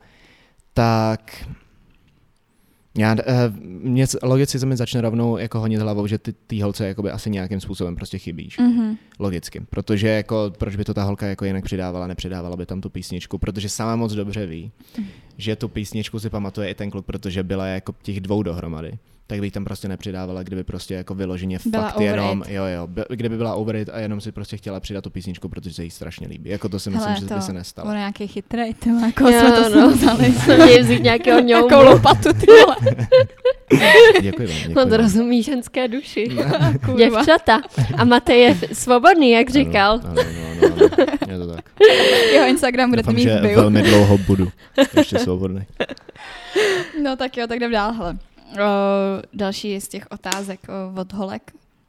tak já, uh, mě logicky se mi začne rovnou jako honit hlavou, že ty tý holce jakoby asi nějakým způsobem prostě chybíš. Mhm. Logicky, protože jako, proč by to ta holka jako jinak přidávala, nepřidávala by tam tu písničku, protože sama moc dobře ví, že tu písničku si pamatuje i ten kluk, protože byla jako těch dvou dohromady, tak bych tam prostě nepřidávala, kdyby prostě jako vyloženě Byla fakt over jenom, it. jo jo, by- kdyby byla over it a jenom si prostě chtěla přidat tu písničku, protože se jí strašně líbí, jako to si myslím, Hele, že to, by se nestalo. on je nějaký chytrej, ty vole, jako Jo, jsme to no. vzali. Jsem měl vzít nějakého Jakou ňoumu. lopatu, ty vole. Děkuji vám, děkuji On vám. rozumí ženské duši. Kurva. Děvčata. A Matej je svobodný, jak říkal. Ano, ano, ano, ano, ano. Je to tak. Jeho Instagram budete Doufám, mít že v bio. velmi dlouho budu ještě svobodný. No tak jo, tak jdem dál, hele. O, další z těch otázek o, od holek.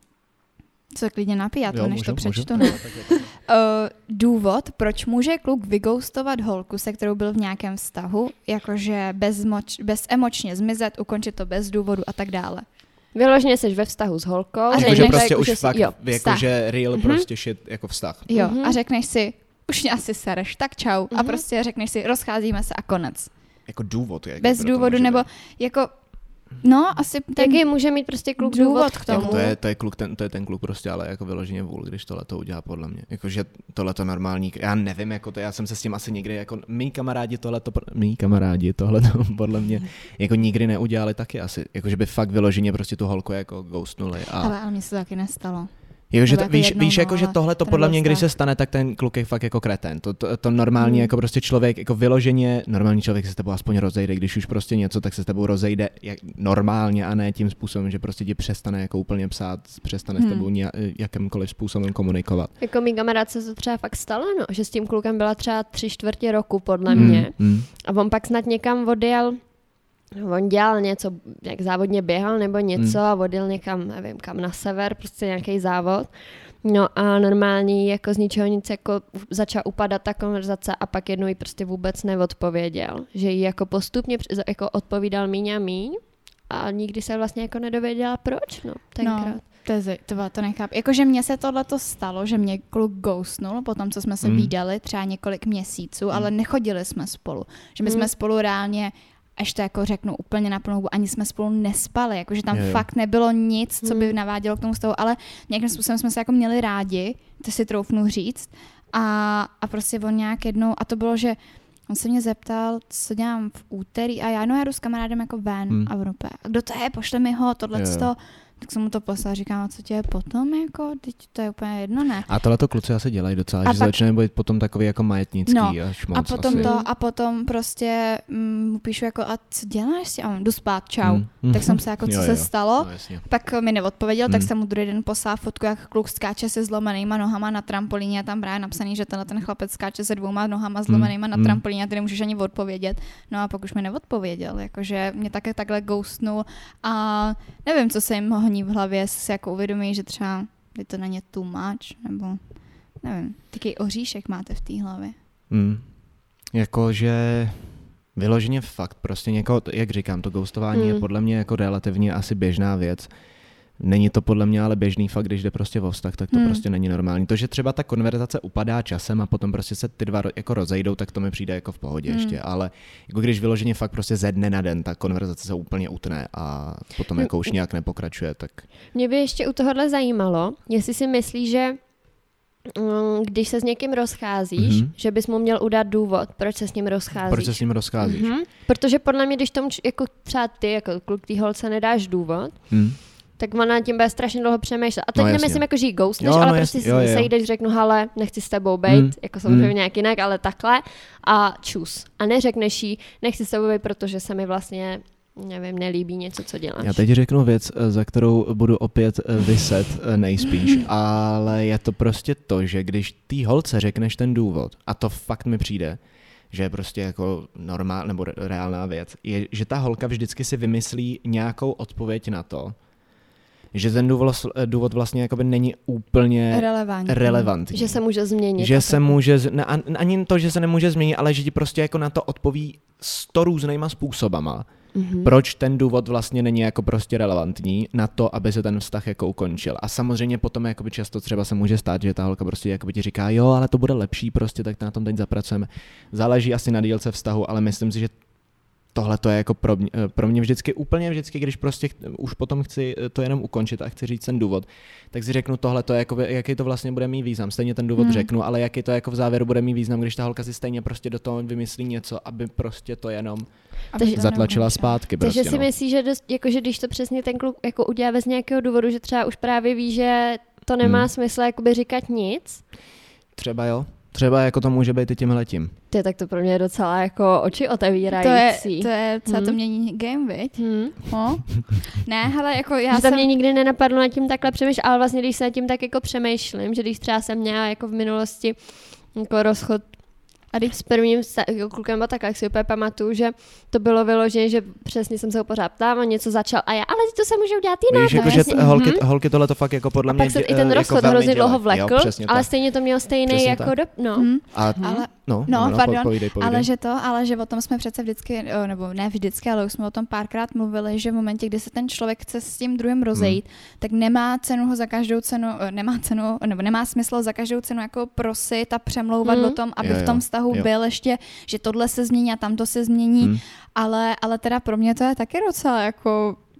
Co klidně napij, já to Jo, než můžu, to přečtu. můžu. No. O, důvod, proč může kluk vyghostovat holku, se kterou byl v nějakém vztahu, jakože bezmoč, bezemočně zmizet, ukončit to bez důvodu a tak dále. Vyloženě jsi ve vztahu s holkou. A Jakože řekneš, prostě že už jsi- fakt, jo, jakože real Mhm. prostě shit jako vztah. Jo, Mhm. a řekneš si, už mě asi sereš, tak čau. A Mhm. prostě řekneš si, rozcházíme se a konec. Jako důvod. Jak Bez pro to důvodu, může nebo být. jako, no, asi ten Jaký může mít prostě kluk důvod důvod k k tomu. tomu? Jako to, je, to, je kluk, ten, to je ten kluk prostě, ale jako vyloženě vůl, když tohle to udělá podle mě. Jakože tohle to normální, já nevím, jako to, já jsem se s tím asi nikdy, jako mý kamarádi tohle to, mý kamarádi tohle to podle mě jako nikdy neudělali taky asi. Jakože by fakt vyloženě prostě tu holku jako ghostnuli. A Ale, ale mně se to taky nestalo. Jo, že to, to, víš, jednou, víš no, jako, že tohle to podle mě, když se stane, tak ten kluk je fakt jako kretén. To, to, to normální, mm. jako prostě člověk, jako vyloženě, normální člověk se s tebou aspoň rozejde, když už prostě něco, tak se s tebou rozejde jak normálně a ne tím způsobem, že prostě ti přestane jako úplně psát, přestane mm. s tebou nějak, jakýmkoliv způsobem komunikovat. Jako mý kamarádce se to třeba fakt stalo, no, že s tím klukem byla třeba tři čtvrtě roku podle mě mm. a on pak snad někam odjel. On dělal něco, jak závodně běhal nebo něco hmm. a odjel někam, nevím, kam na sever, prostě nějaký závod. No a normálně jako z ničeho nic jako začala upadat ta konverzace a pak jednou jí prostě vůbec neodpověděl. Že jí jako postupně jako odpovídal míň a míň a nikdy se vlastně jako nedověděla proč, no, tenkrát. No. To, je, to, to nechápu. Jakože mně se tohleto stalo, že mě kluk ghostnul po tom, co jsme se mm. vídali třeba několik měsíců, mm. ale nechodili jsme spolu. Že my mm. jsme spolu reálně, až to jako řeknu úplně na plnou, ani jsme spolu nespali, jakože tam je, fakt nebylo nic, co by navádělo k tomu stavu, ale nějakým způsobem jsme se jako měli rádi, to si troufnu říct a, a prostě on nějak jednou, a to bylo, že on se mě zeptal, co dělám v úterý a já, no já jdu s kamarádem jako ven hmm. a v Evropě. A kdo to je, pošle mi ho, tohleto. Tak jsem mu to poslala, říkám, co tě je potom, jako, teď to je úplně jedno, ne? A tohleto kluci asi dělají docela, a že pak, začne být potom takový jako majetnický no, až moc a potom asi. to, a potom prostě mu mm, píšu jako, a co děláš? A on, jdu spát, čau. Mm. Tak jsem se jako, co jo, se jo. stalo? No, pak mi neodpověděl, mm. tak jsem mu druhý den poslala fotku, jak kluk skáče se zlomenýma nohama na trampolíně a tam právě napsaný, že tenhle ten chlapec skáče se dvouma nohama zlomenýma mm. na trampolíně a ty nemůžeš ani odpovědět. No a pak už mi neodpověděl, jakože mě také takhle ghostnul a nevím, co se jim honí v hlavě, si jako uvědomí, že třeba je to na ně too much, nebo nevím, taký oříšek máte v té hlavě. Mm. Jakože vyloženě fakt, prostě někoho, jak říkám, to ghostování mm. je podle mě jako relativně asi běžná věc. Není to podle mě ale běžný fakt, když jde prostě o vztah, tak to hmm. prostě není normální. To, že třeba ta konverzace upadá časem a potom prostě se ty dva jako rozejdou, tak to mi přijde jako v pohodě hmm. ještě, ale jako když vyloženě fakt prostě ze dne na den ta konverzace se úplně utne a potom jako už nějak nepokračuje, tak... Mě by ještě u tohohle zajímalo, jestli si myslíš, že když se s někým rozcházíš, mm-hmm. že bys mu měl udat důvod, proč se s ním rozcházíš. Proč se s ním rozcházíš. Mm-hmm. Protože podle mě, když tomu jako třeba ty, jako kluk tý holce nedáš důvod, mm. tak ona nad tím bude strašně dlouho přemýšlet. A teď no, nemyslím jako, že jí ghostneš, jo, ale no, prostě jo, jo. sejdeš, řeknu, hele, nechci s tebou bejt, mm. jako samozřejmě mm. nějak jinak, ale takhle a čus. A neřekneš jí, nechci s tebou bejt, protože se mi vlastně, nevím, nelíbí něco, co děláš. Já teď řeknu věc, za kterou budu opět vyset nejspíš, ale je to prostě to, že když tý holce řekneš ten důvod, a to fakt mi přijde, že je prostě jako normální nebo reálná věc, je, že ta holka vždycky si vymyslí nějakou odpověď na to, že ten důvod, důvod vlastně jakoby není úplně relevantní. relevantní. Že se může změnit. Že se může, ne, ani to, že se nemůže změnit, ale že ti prostě jako na to odpoví sto různýma způsobama. Mm-hmm. Proč ten důvod vlastně není jako prostě relevantní na to, aby se ten vztah jako ukončil. A samozřejmě potom jakoby často třeba se může stát, že ta holka prostě jakoby ti říká, jo, ale to bude lepší prostě, tak na tom teď zapracujeme. Záleží asi na dílce vztahu, ale myslím si, že tohle to je jako pro mě, pro mě vždycky, úplně vždycky, když prostě už potom chci to jenom ukončit a chci říct ten důvod, tak si řeknu tohle to, jako, jaký to vlastně bude mít význam. Stejně ten důvod hmm. řeknu, ale jaký to jako v závěru bude mít význam, když ta holka si stejně prostě do toho vymyslí něco, aby prostě to jenom takže, zatlačila zpátky. Takže prostě, si no. myslíš, že, dost, jako, že když to přesně ten kluk jako udělá bez nějakého důvodu, že třeba už právě ví, že to nemá hmm. smysl jakoby říkat nic? Třeba jo. Třeba jako to může být i tímhletím. Ty, tak to pro mě je docela jako oči otevírající. To je, to je co hmm. to mění game, viď? Hmm. No. Ne, hele, jako já že jsem... to mě nikdy nenapadlo nad tím takhle přemýšlet, ale vlastně když se nad tím tak jako přemýšlím, že když třeba jsem měla jako v minulosti jako rozchod a když s prvním klukem byl takhle, jak si úplně pamatuju, že to bylo vyložené, že přesně jsem se ho pořád ptával, něco začal a já, ale to se může udělat jinak. Víš, jako, že holky, mm-hmm. holky tohle to fakt jako podle a mě pak se i ten rozchod jako hrozně dlouho vlekl, jo, ale stejně to mělo stejný přesně jako do... No. Mm. A, ale, no, no, no, pardon, povídej, povídej. ale že to, ale že o tom jsme přece vždycky, nebo ne vždycky, ale už jsme o tom párkrát mluvili, že v momentě, kdy se ten člověk chce s tím druhým rozejít, mm. tak nemá cenu ho za každou cenu, nemá cenu, nebo nemá smysl za každou cenu jako prosit a přemlouvat mm. o tom, aby jo, v tom vztahu jo. byl ještě, že tohle se změní a tamto se změní, hmm. ale, ale teda pro mě to je taky docela jako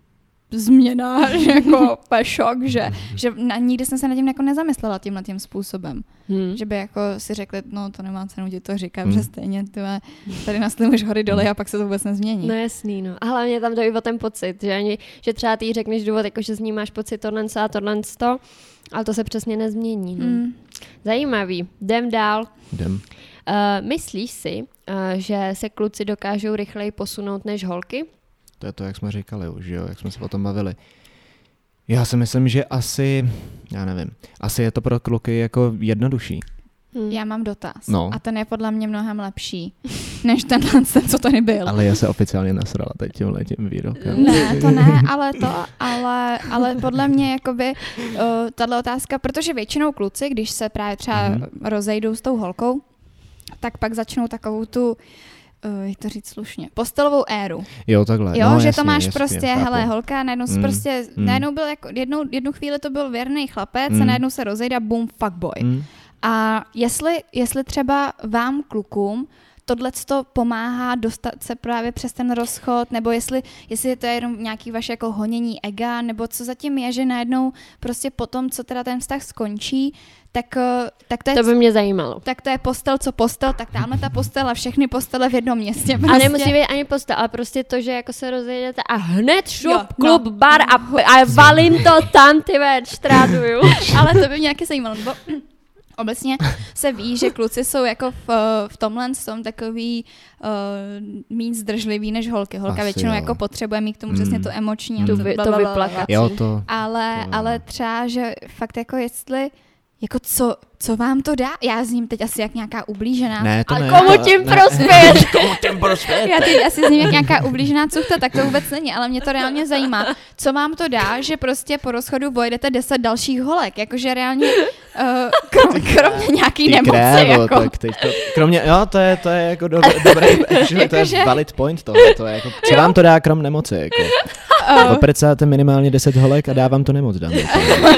změna, jako šok, že, že na, nikdy jsem se nad tím jako nezamyslela tímhle tím způsobem. Hmm. Že by jako si řekli, no to nemá cenu ti to říkat, hmm. že stejně tyhle, tady nasluješ hory doly a pak se to vůbec nezmění. No jasný, no. A hlavně tam jde i o ten pocit, že, ani, že třeba ty řekneš důvod, jako že z ní máš pocit tohle a tohle to, ale to se přesně nezmění. No. Hmm. Zajímavý. Jdem dál. Jdem. Uh, myslíš si, uh, že se kluci dokážou rychleji posunout než holky? To je to, jak jsme říkali už, jo, jak jsme se o tom bavili. Já si myslím, že asi, já nevím, asi je to pro kluky jako jednodušší. Hmm. Já mám dotaz. No. A ten je podle mě mnohem lepší, než tenhle, co tady byl. Ale já se oficiálně nasrala teď tímhle tím výrokem. Ne, to ne, ale to, ale, ale podle mě jakoby uh, tato otázka, protože většinou kluci, když se právě třeba mm-hmm. rozejdou s tou holkou, tak pak začnou takovou tu jak to říct slušně, postelovou éru. Jo, takhle. Jo, no, že jasně, to máš jasně, prostě, chápu. hele, holka, najednou mm, prostě, mm. najednou byl jako, jednou, jednu chvíli to byl věrný chlapec mm. a najednou se rozejde a boom, fuckboy. Mm. A jestli, jestli třeba vám, klukům, tohleto pomáhá dostat se právě přes ten rozchod, nebo jestli, jestli je to jenom nějaký vaše jako honění ega, nebo co zatím je, že najednou prostě potom, co teda ten vztah skončí, tak, tak to je... To by mě zajímalo. Tak to je postel, co postel, tak tamhle ta postel a všechny postele v jednom městě. Prostě. A nemusí být ani postel, ale prostě to, že jako se rozejdete a hned šup, jo, klub, no. bar a, a valím to tam, ty več, tráduju. Ale to by mě nějaký zajímalo, bo obecně se ví, že kluci jsou jako v, v tomhle tom takový uh, méně zdržlivý než holky. Holka asi většinou jo. jako potřebuje mít k tomu mm. přesně tu emoční. Mm. Tu vy, to vyplakací. Jo, to, ale, to, ale třeba, že fakt jako jestli jako co, co vám to dá? Já zním teď asi jak nějaká ublížená. Ne, to ale ne, komu to, tím ne, prospět? Komu tím prospět? Já teď asi zním jak nějaká ublížená cuchta, tak to vůbec není, ale mě to reálně zajímá. Co vám to dá, že prostě po rozchodu vojdete deset dalších holek? Jakože reálně uh, krom, kromě nějaký nemoci. Krévo, jako. Tak teď to, kromě, jo, to je, to je jako do, dobrý, actually, to je valid point toho. To je jako, co vám to dá krom nemoci? Jako. Uh. Oprcáte minimálně deset holek a dávám to nemoc, dáme.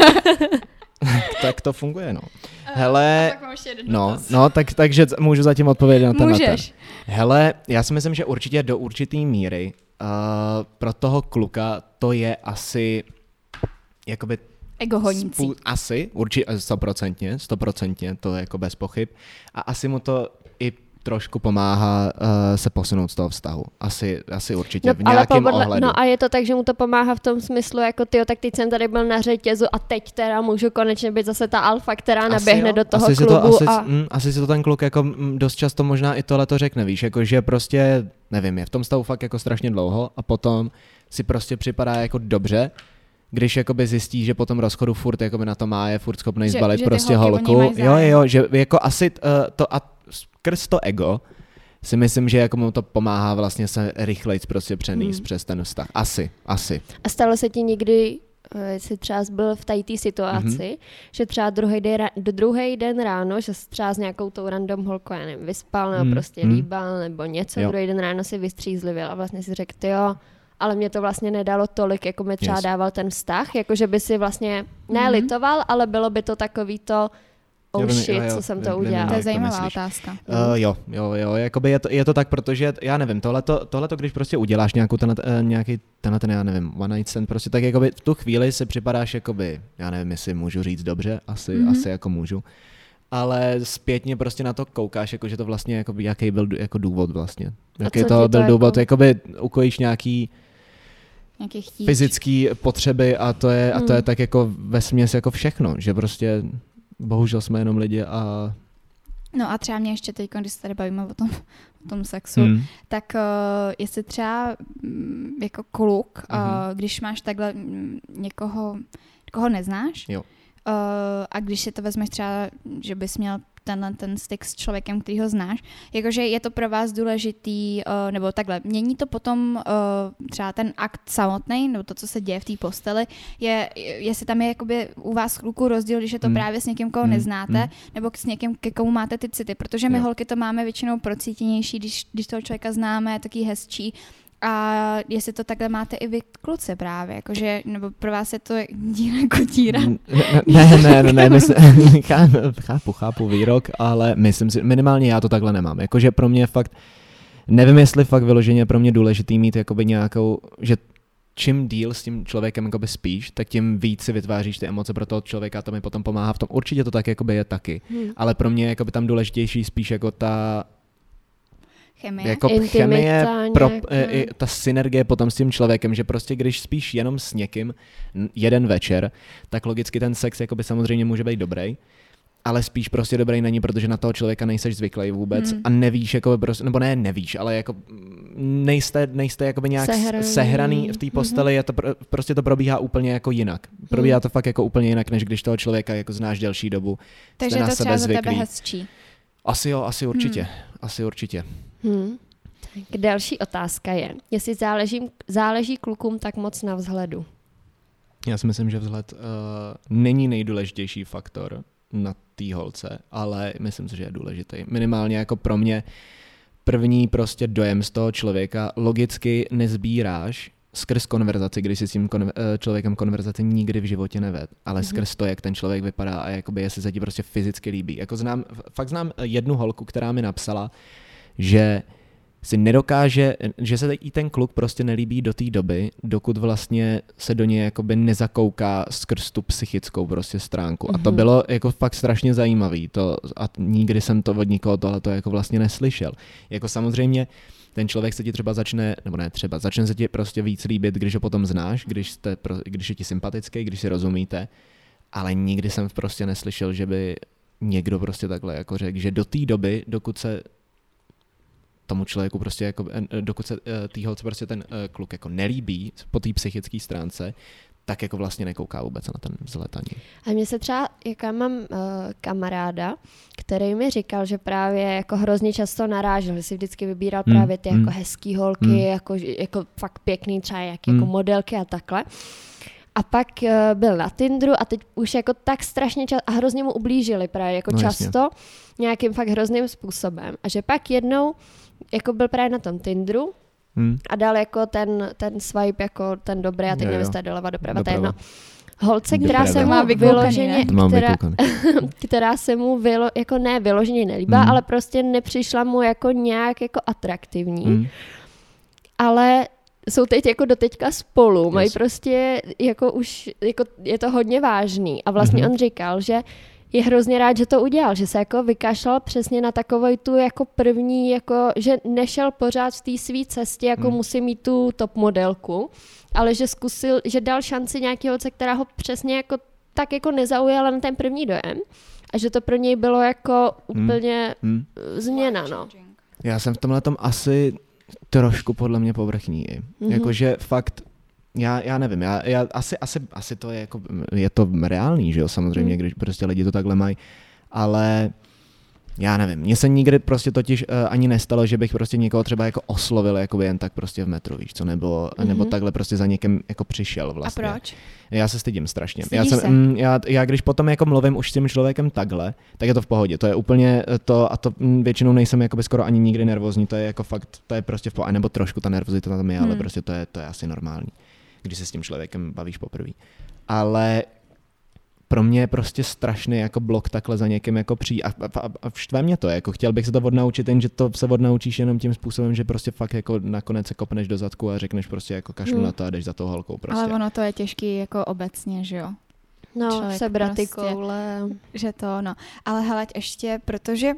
Tak to funguje, no. Hele, no, no tak, takže můžu zatím odpovědět na ten Můžeš. Hele, já si myslím, že určitě do určitý míry uh, pro toho kluka to je asi jakoby ego honící. Spů- asi, určitě, stoprocentně, stoprocentně, to je jako bez pochyb. A asi mu to i trošku pomáhá uh, se posunout z toho vztahu. Asi, asi určitě, no, v nějakém podle, ohledu. No a je to tak, že mu to pomáhá v tom smyslu, jako tyjo, tak teď jsem tady byl na řetězu a teď teda můžu konečně být zase ta alfa, která asi naběhne jo. do toho asi klubu. Si to, a... asi, mm, asi si to ten kluk jako mm, dost často možná i tohle to řekne, víš, jako že prostě, nevím, je v tom stavu fakt jako strašně dlouho a potom si prostě připadá jako dobře, když jakoby zjistí, že po tom rozchodu furt jakoby na to má, je furt schopný že, zbalit že prostě holku. Jo, jo, že jako asi uh, to a skrz to ego si myslím, že jako mu to pomáhá vlastně se rychlejc prostě přenést hmm. přes ten vztah. Asi, asi. A stalo se ti někdy, jestli třeba byl v té situaci, mm-hmm. že třeba druhý den, do druhý den ráno, že třeba s nějakou tou random holkou, já nevím, vyspal nebo mm. prostě mm. líbal nebo něco, jo. druhý den ráno si vystřízlivil a vlastně si řekl, jo, ale mě to vlastně nedalo tolik, jako mi třeba yes. dával ten vztah, jako že by si vlastně nelitoval, mm-hmm. ale bylo by to takový to oh jo, shit, jo, jo, co jsem to udělal. To je zajímavá otázka. Uh, jo, jo, jo, jakoby je to, je to tak, protože, já nevím, tohleto, tohleto když prostě uděláš nějakou tenhle, uh, nějaký tenhle, ten, já nevím, one night stand, prostě tak jakoby v tu chvíli si připadáš jakoby, já nevím, jestli můžu říct dobře, asi, mm-hmm. asi jako můžu, ale zpětně prostě na to koukáš, jako že to vlastně, jakoby, jaký byl jako důvod vlastně. Jaký to byl to důvod, jako... jakoby ukojíš nějaký fyzický potřeby a to je, mm. a to je tak jako vesměs jako všechno, že prostě bohužel jsme jenom lidi a... No a třeba mě ještě teď, když se tady bavíme o tom, o tom sexu, mm. tak uh, jestli třeba um, jako kluk, uh, mm. když máš takhle um, někoho, koho neznáš, jo. Uh, a když si to vezmeš třeba, že bys měl tenhle ten styk s člověkem, který ho znáš, jakože je to pro vás důležitý, uh, nebo takhle, mění to potom uh, třeba ten akt samotný, nebo to, co se děje v té posteli, je, jestli tam je jakoby u vás kluku rozdíl, když je to hmm. právě s někým, koho hmm. neznáte, hmm. nebo s někým, ke komu máte ty city, protože my jo. holky to máme většinou procítěnější, když, když toho člověka známe, taky hezčí. A jestli to takhle máte i vy kluci právě, jakože, nebo pro vás je to díra jako díra? Ne, ne, ne, ne, myslím, chápu, chápu výrok, ale myslím si, minimálně já to takhle nemám, jakože pro mě fakt, nevím, jestli fakt vyloženě pro mě důležitý mít jakoby nějakou, že čím díl s tím člověkem jakoby spíš, tak tím víc si vytváříš ty emoce pro toho člověka, to mi potom pomáhá v tom. Určitě to tak jakoby je taky, hmm. ale pro mě je jakoby tam důležitější spíš jako ta chemie, jako chemie pro, i, ta synergie potom s tím člověkem, že prostě když spíš jenom s někým jeden večer, tak logicky ten sex jakoby samozřejmě může být dobrý, ale spíš prostě dobrý není, protože na toho člověka nejseš zvyklý vůbec hmm. a nevíš, jako prostě, nebo ne nevíš, ale jako nejste, nejste jakoby nějak sehraný, sehraný v té posteli, mm-hmm. je to prostě to probíhá úplně jako jinak. Probíhá hmm. to fakt jako úplně jinak, než když toho člověka jako znáš delší dobu. Takže na to sebe třeba zvyklý. za tebe hezčí. Asi jo, asi určitě. Hmm. Asi určitě. Hmm. Tak další otázka je, jestli záleží, záleží klukům tak moc na vzhledu. Já si myslím, že vzhled uh, není nejdůležitější faktor na té holce, ale myslím si, že je důležitý. Minimálně jako pro mě první prostě dojem z toho člověka logicky nezbíráš skrz konverzaci, když si s tím konver- člověkem konverzaci nikdy v životě neved, ale mm-hmm. skrz to, jak ten člověk vypadá a jakoby jestli se ti prostě fyzicky líbí. Jako znám, fakt znám jednu holku, která mi napsala, že si nedokáže, že se i ten kluk prostě nelíbí do té doby, dokud vlastně se do něj jakoby nezakouká skrz tu psychickou prostě stránku. Mm-hmm. A to bylo jako fakt strašně zajímavý. To, a nikdy jsem to od nikoho tohle to jako vlastně neslyšel. Jako samozřejmě ten člověk se ti třeba začne, nebo ne třeba, začne se ti prostě víc líbit, když ho potom znáš, když, jste, když je ti sympatický, když si rozumíte, ale nikdy jsem prostě neslyšel, že by někdo prostě takhle jako řekl, že do té doby, dokud se tomu člověku prostě jako, dokud se tý holce prostě ten kluk jako nelíbí po té psychické stránce, tak jako vlastně nekouká vůbec na ten vzhled ani. A mně se třeba, jaká mám uh, kamaráda, který mi říkal, že právě jako hrozně často narážel, že si vždycky vybíral mm, právě ty mm, jako hezký holky, mm. jako, jako fakt pěkný třeba jak mm. jako modelky a takhle. A pak uh, byl na Tinderu a teď už jako tak strašně často a hrozně mu ublížili právě jako no, často jasně. nějakým fakt hrozným způsobem. A že pak jednou jako byl právě na tom Tinderu hmm. a dal jako ten, ten swipe jako ten dobrý a teď nevím, jestli doleva doprava, to je jedno. Holce, která Doprava. se mu vyloženě, která, která se mu vylo, jako ne vyloženě nelíbá, hmm. ale prostě nepřišla mu jako nějak jako atraktivní. Hmm. Ale jsou teď jako doteďka spolu, yes. mají prostě jako už, jako je to hodně vážný a vlastně hmm. on říkal, že je hrozně rád, že to udělal, že se jako vykašlal přesně na takovou tu jako první, jako, že nešel pořád v té své cestě, jako hmm. musí mít tu top modelku, ale že zkusil, že dal šanci nějaký holce, která ho přesně jako tak jako nezaujala na ten první dojem a že to pro něj bylo jako úplně hmm. změna, no. Já jsem v tomhletom asi trošku podle mě povrchní. Mm-hmm. Jakože fakt Já, já nevím, já, já asi, asi, asi to je jako, je to reálný, že jo, samozřejmě, mm. když prostě lidi to takhle mají, ale já nevím, mně se nikdy prostě totiž uh, ani nestalo, že bych prostě někoho třeba jako oslovil jako jen tak prostě v metru, víš co, nebo, mm-hmm. nebo takhle prostě za někým jako přišel vlastně. A proč? Já se stydím strašně. Stydíš já, jsem, se? mm, já, já když potom jako mluvím už s tím člověkem takhle, tak je to v pohodě, to je úplně to a to mm, většinou nejsem jakoby skoro ani nikdy nervózní, to je jako fakt, to je prostě v pohodě, nebo trošku ta nervozita tam je, hmm. ale prostě to je, to je asi normální, když se s tím člověkem bavíš poprvé. Ale pro mě je prostě strašný jako blok takhle za někým jako přijít a, a, a štve mě to, jako chtěl bych se to odnaučit, jenže to se odnaučíš jenom tím způsobem, že prostě fakt jako nakonec se kopneš do zadku a řekneš prostě jako kašlu hmm. na to a jdeš za tou holkou prostě. Ale ono to je těžký jako obecně, že jo? No, Člověk sebrat ty prostě, koule. Že to, no. Ale hele, ještě, protože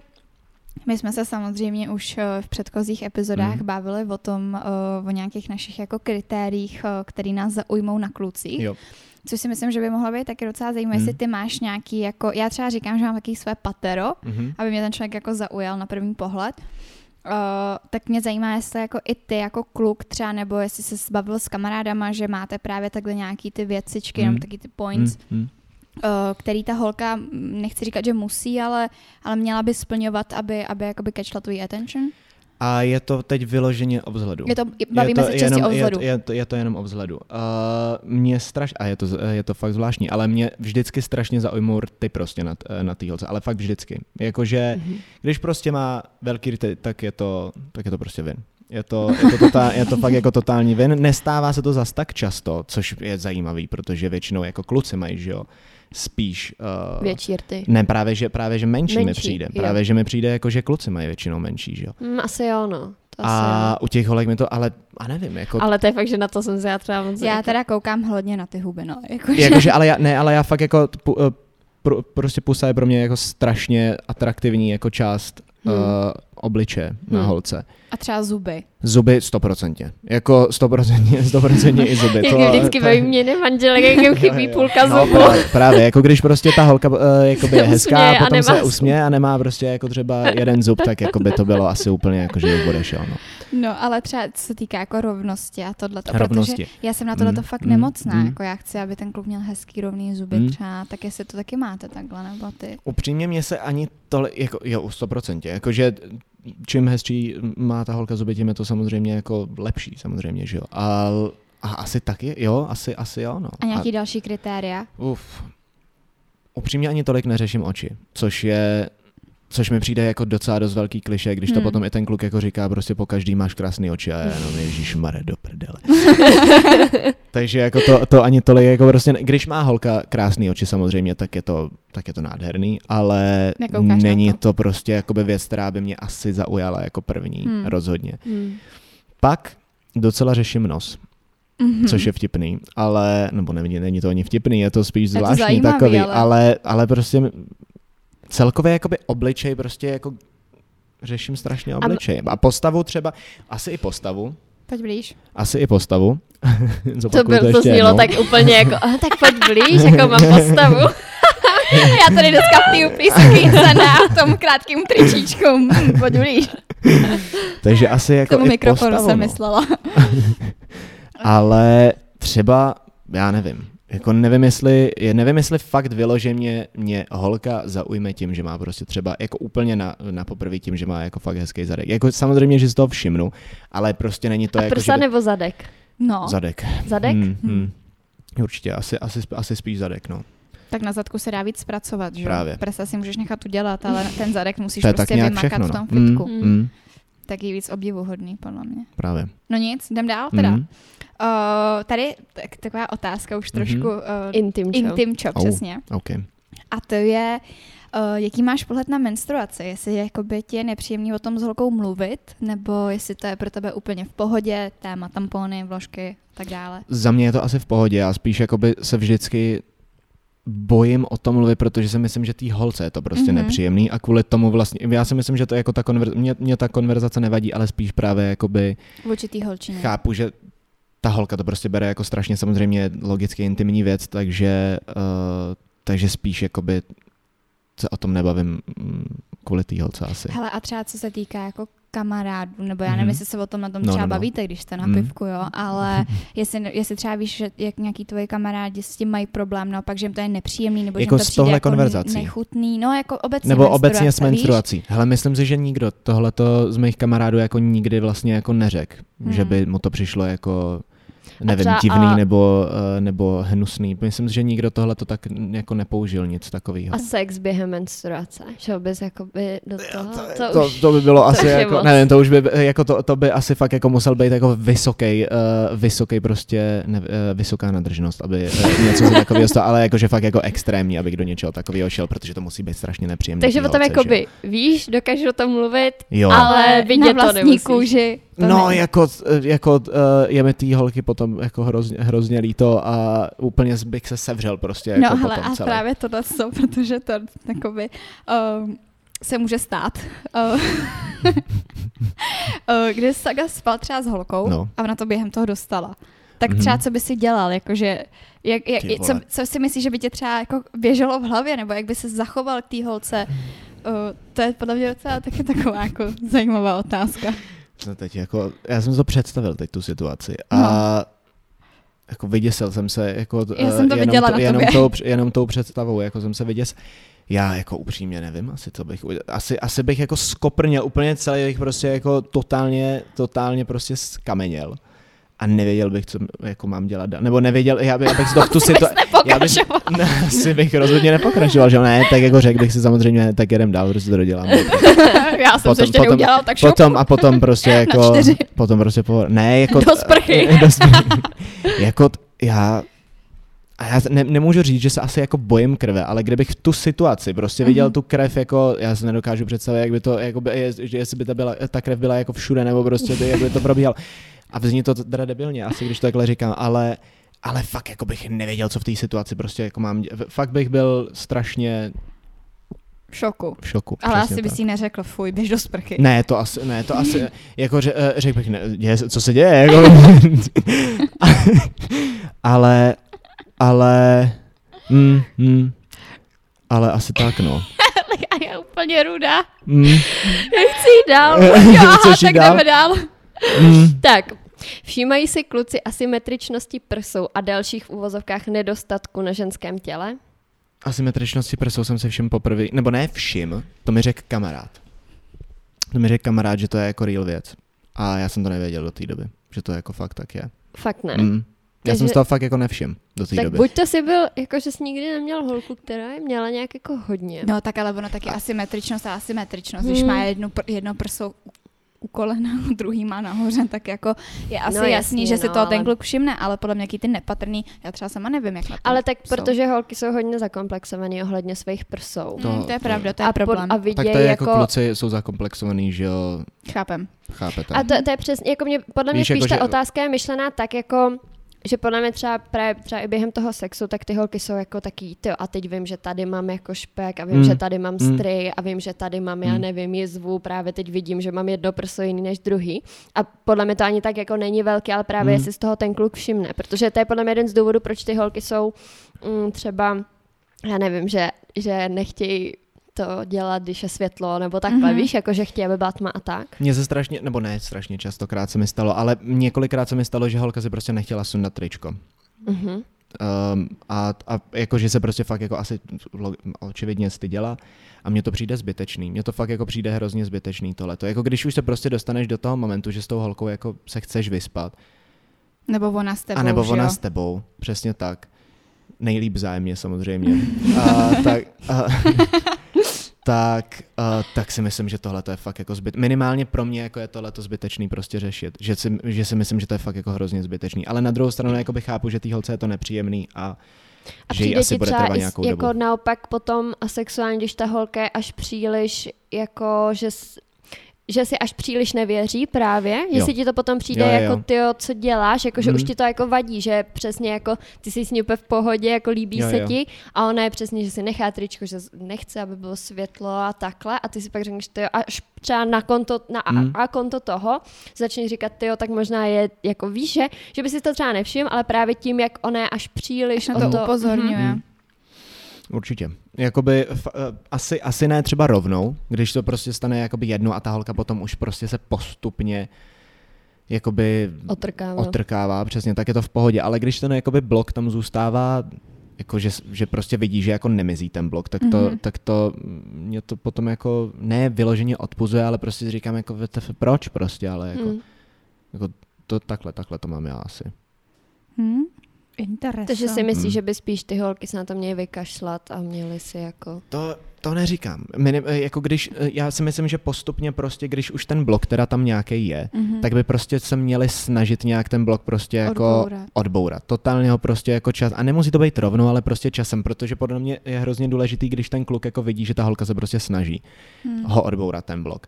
my jsme se samozřejmě už v předchozích epizodách mm. bavili o tom, o nějakých našich jako kritériích, které nás zaujmou na klucích. Jo. Což si myslím, že by mohlo být taky docela zajímavé, mm. jestli ty máš nějaký, jako, já třeba říkám, že mám taky své patero, mm-hmm. aby mě ten člověk jako zaujal na první pohled. Uh, tak mě zajímá, jestli jako i ty jako kluk třeba, nebo jestli se zbavil s kamarádama, že máte právě takhle nějaký ty věcičky, mm. jenom taky ty points, mm. Uh, který ta holka, nechci říkat, že musí, ale, ale měla by splňovat, aby, aby jakoby catchla tvůj attention. A je to teď vyloženě o vzhledu. Je to, bavíme je to se čistě o vzhledu. Je, je, to, je to jenom o vzhledu. Uh, mě straš, a je to, je to fakt zvláštní, ale mě vždycky strašně zaujmou rty prostě na, na té holce, ale fakt vždycky. Jakože, mm-hmm. když prostě má velký rty, tak je to, tak je to prostě vin. Je to, je, to totál, je to fakt jako totální vin. Nestává se to zas tak často, což je zajímavý, protože většinou jako kluci mají, že jo, spíš... Uh, větší rty. Ne, právě že, právě, že menší, menší mi přijde. Jo. Právě, že mi přijde, jako, že kluci mají většinou menší, že jo. Mm, asi jo, no. A asi. u těch holek mi to, ale a nevím, jako... Ale to je fakt, že na to jsem se já třeba moc... Já teda koukám hodně na ty huby, no. Jakože... Jakože, ale já, ne, ale já fakt jako, pu, pro, prostě pusa je pro mě jako strašně atraktivní jako část hmm. uh, obličeje na Hmm. holce. A třeba zuby. Zuby stoprocentně. Jako stoprocentně, stoprocentně i zuby. Jak To, vždycky to, ve výměně manželek, jak jim chybí jo, jo. půlka No, zubu. právě, právě, jako když prostě ta holka uh, jakoby je hezká Usměje a a potom nemá se zub. usměje a nemá prostě jako třeba jeden zub, tak jako by to bylo asi úplně jako, že bych odešel. No. No, ale třeba co se týká jako rovnosti a tohleto, Rovnosti. protože já jsem na tohleto Mm, fakt mm, nemocná, mm. jako já chci, aby ten kluk měl hezký rovný zuby Mm. třeba, tak jestli to taky máte takhle, nebo ty. Upřímně mě se ani tohle, jako, jo, u sto procent, jakože čím hezčí má ta holka zuby, tím je to samozřejmě jako lepší, samozřejmě, že jo. A, a asi taky, jo, asi, asi jo, no. A nějaký a, další kritéria? Uf, upřímně ani tolik neřeším oči, což je, což mi přijde jako docela dost velký klišé, když to Hmm. potom i ten kluk jako říká, prostě po každý máš krásný oči a já jenom ježišmarja do prdele. Takže jako to, to ani tolik, jako prostě, ne- když má holka krásný oči samozřejmě, tak je to, tak je to nádherný, ale Nekoukáš na není to. to prostě jakoby věc, která by mě asi zaujala jako první, Hmm. rozhodně. Hmm. Pak docela řeším nos, Mm-hmm. což je vtipný, ale, nebo není, není to ani vtipný, je to spíš to zvláštní zajímavý, takový, ale- ale, ale prostě celkově jakoby obličej prostě jako řeším strašně obličej. A postavu třeba, asi i postavu, Pojď blíž. asi i postavu. To, Zopakuju byl, to ještě znělo jednou. tak úplně jako, ah, tak pojď blíž, jako mám postavu. Já tady dneska v té úplný sukýnce na tom krátkým tričíčku. Hm, Pojď blíž. Takže asi K jako tomu i mikrofonu postavu, jsem no. myslela. Ale třeba, já nevím, jako nevím, jestli, nevím, jestli fakt vyloženě mě holka zaujme tím, že má prostě třeba jako úplně na, na poprvé tím, že má jako fakt hezký zadek. Jako samozřejmě, že si toho všimnu, ale prostě není to A jako, prsa že by... nebo zadek? No, Zadek. Zadek? Hmm, hmm. Určitě, asi, asi, asi spíš zadek, no. tak na zadku se dá víc zpracovat, že? Právě. Prsa si můžeš nechat udělat, ale ten zadek musíš To je prostě tak nějak vymakat všechno, v tom no. fitku. Mm, mm, Taky víc obdivuhodný, podle mě. právě. No nic, jdem dál teda. Mm. Uh, tady tak, taková otázka už trošku Mhm. uh, Intim, čo? intimčo, Oh. přesně. OK. A to je, uh, jaký máš pohled na menstruaci? Jestli jakoby ti je nepříjemný o tom s holkou mluvit, nebo jestli to je pro tebe úplně v pohodě, téma tampony, vložky, tak dále. Za mě je to asi v pohodě, já spíš jakoby se vždycky bojím o tom mluvit, protože si myslím, že té holce je to prostě Mhm. mm-hmm. nepříjemný a kvůli tomu vlastně, já si myslím, že to jako ta konver, mě, mě ta konverzace nevadí, ale spíš právě jakoby V určitý holčině. chápu, že ta holka to prostě bere jako strašně samozřejmě logicky intimní věc, takže, uh, takže spíš jakoby se o tom nebavím mm, kvůli té holce asi. Hele, a třeba co se týká jako kamarádů, nebo já nevím, Mhm. jestli se o tom na tom No, třeba no, no. bavíte, když jste na Mhm. pivku, jo, ale jestli, jestli třeba víš, že jak nějaký tvoji kamarádi s tím mají problém, no pak, že jim to je nepříjemný, nebo Jako že jim s to přijde touhle jako konverzací. nechutný, no jako obecně Nebo obecně s menstruace, víš? menstruací. Hele, myslím si, že nikdo tohleto z mých kamarádů jako nikdy vlastně jako neřekl, Hmm. že by mu to přišlo jako nevím, třeba divný a- nebo, uh, nebo hnusný. Myslím si, že nikdo tohle to tak jako nepoužil, nic takového. A sex během menstruace? Šel bys jakoby do toho? To, To, už... to by bylo to asi už je jako, moc. nevím, to už by, jako to, to by asi fakt jako musel být jako vysoký, uh, vysoký prostě, ne, uh, vysoká nadržnost, aby uh, něco se takového stalo, ale jakože fakt jako extrémní, abych do něčeho takového šel, protože to musí být strašně nepříjemné. Takže té o tom holce, jakoby víš, dokážu o tom mluvit, Jo. ale vidět na to vlastní nemusíš. kůži. to No, ne. jako, jako uh, je mi tý holky potom jako hrozně, hrozně líto a úplně bych se sevřel prostě jako No hele, potom a celý. právě tohle jsou, protože to takoby um, se může stát. Uh, uh, když jsi takhle spal třeba s holkou No. a ona to během toho dostala, tak Mhm. třeba co by si dělal, jakože, jak, jak, Ty co, vole. co si myslíš, že by tě třeba jako běželo v hlavě, nebo jak by se zachoval k té holce? Uh, to je podle mě docela taky taková jako zajímavá otázka. No teď jako, já jsem si to představil teď tu situaci a No. jako vyděsil jsem se jako Já eh, jsem to jenom, viděla to, na jenom, tobě. tou, jenom tou představou, jako jsem se vyděsil. Já jako upřímně nevím asi, co bych udělal. Asi, asi bych jako skoprněl úplně celý, bych prostě jako totálně, totálně prostě skameněl. A nevěděl bych, co jako mám dělat dál. Nebo nevěděl, já bych, já bych si to v tu situaci... Já bych, ne, asi bych rozhodně nepokračoval, že ne, tak jako řekl bych si samozřejmě, tak jedem dál, prostě to dodělám. Já jsem se ještě neudělal, tak šup. Potom a potom prostě jako... čtyři. Potom prostě po, ne, jako... Do sprchy. Do sprchy. Jako t- já... A já ne, nemůžu říct, že se asi jako bojím krve, ale kdybych v tu situaci prostě viděl mm-hmm. tu krev jako, já si nedokážu představit, jak by to, jako by, jestli by ta, byla, ta krev byla jako všude, nebo prostě by, jak by to probíhalo. A zní to teda debilně, asi když to takhle říkám, ale, ale fakt jako bych nevěděl, co v té situaci prostě jako mám, fakt bych byl strašně v šoku. V šoku. Ale asi bys jí neřekl, fuj, běž do sprchy. Ne, to asi, ne, to asi, jako ře, řekl bych, ne, je, co se děje, jako. ale, ale, mm, mm, ale asi tak, no. A já úplně ruda. Mm. Nechci jít dál. Jo, aha, tak dál? jdeme dál. Mm. Tak, všímají si kluci asymetričnosti prsou a dalších v uvozovkách nedostatku na ženském těle? Asymetričnosti prsou jsem si všim poprvé, nebo ne všim, to mi řekl kamarád. To mi řekl kamarád, že to je jako real věc. A já jsem to nevěděl do té doby, že to jako fakt tak je. Fakt ne. Mm. Já Takže, jsem z toho fakt jako nevšim do té tak doby. Tak buď to si byl, jako že jsi nikdy neměl holku, která je měla nějak jako hodně. No tak ale ono taky a... asymetričnost a asymetričnost. Hmm. Když má jedno, jedno prso u kolena, druhý má nahoře, tak jako je asi no, jasný, jasný, že no, si to ale... ten kluk všimne, ale podle mě jaký ty nepatrný, já třeba sama nevím, jak na to Ale tak jsou. Protože holky jsou hodně zakomplexovaný ohledně svých prsou. To, mm, to je pravda, to je a problém. Pod, a viděj, tak to je jako, jako kluci jsou zakomplexovaný, že jo. Chápem. Chápete. A to, to je přesně, jako mě, podle mě Víš, spíš jako, ta že... otázka je myšlená tak jako, že podle mě třeba právě třeba i během toho sexu, tak ty holky jsou jako taký, tyjo, a teď vím, že tady mám jako špek a vím, mm. že tady mám mm. stry a vím, že tady mám, já mm. nevím, jizvu, právě teď vidím, že mám jedno prso jiný než druhý. A podle mě to ani tak jako není velký, ale právě mm. jestli z toho ten kluk všimne, protože to je podle mě jeden z důvodů, proč ty holky jsou mm, třeba, já nevím, že, že nechtějí to dělat, když je světlo, nebo takhle, mm-hmm. víš, jako že chtějí, aby byla tma a tak. Mně se strašně, nebo ne strašně častokrát se mi stalo, ale několikrát se mi stalo, že holka si prostě nechtěla sundat tričko. Mm-hmm. Um, a, a jakože se prostě fakt jako asi očividně styděla a mně to přijde zbytečný. Mně to fakt jako přijde hrozně zbytečný tohleto. Jako když už se prostě dostaneš do toho momentu, že s tou holkou jako se chceš vyspat. Nebo ona s tebou, A nebo ona jo? s tebou, přesně tak. Nejlíp vzájemně samozřejmě. a, tak... A, tak, uh, tak si myslím, že tohle je fakt jako zbyt. Minimálně pro mě jako je tohleto zbytečný prostě řešit. Že si, že si myslím, že to je fakt jako hrozně zbytečný. Ale na druhou stranu jako bych chápu, že té holce je to nepříjemný a, a že jí asi bude trvat nějakou jako dobu. naopak potom asexuální, když ta holka je až příliš jako, že že si až příliš nevěří právě, jestli ti to potom přijde jo, jo. jako tyjo, co děláš, jako že mm. už ti to jako vadí, že přesně jako ty jsi s ní úplně v pohodě, jako líbí jo, se jo. ti a ona je přesně, že si nechá tričko, že nechce, aby bylo světlo a takhle a ty si pak řekneš, tyjo, až třeba na konto, na mm. a, a konto toho začneš říkat, tyjo, tak možná je, jako víš, že, že by si to třeba nevšiml, ale právě tím, jak ona je až příliš až na to, to upozorňuje. Mm. Určitě. Jakoby f, asi, asi ne třeba rovnou, když to prostě stane jakoby jedno a ta holka potom už prostě se postupně jakoby otrkává. otrkává, přesně, tak je to v pohodě, ale když ten jakoby blok tam zůstává, jako že, že prostě vidí, že jako nemizí ten blok, tak to, mm-hmm. tak to mě to potom jako ne vyloženě odpuzuje, ale prostě si říkám jako proč prostě, ale jako, mm. jako to takhle, takhle to mám já asi. Hmm. Interesant. Takže si myslíš, hmm. že by spíš ty holky se na to měly vykašlat a měly si jako... To, to neříkám. Minim, jako když, já si myslím, že postupně prostě, když už ten blok teda tam nějaký je, mm-hmm. tak by prostě se měli snažit nějak ten blok prostě jako odbourat. odbourat. Totálně ho prostě jako čas. A nemusí to být rovnou, ale prostě časem, protože podle mě je hrozně důležitý, když ten kluk jako vidí, že ta holka se prostě snaží hmm. ho odbourat ten blok.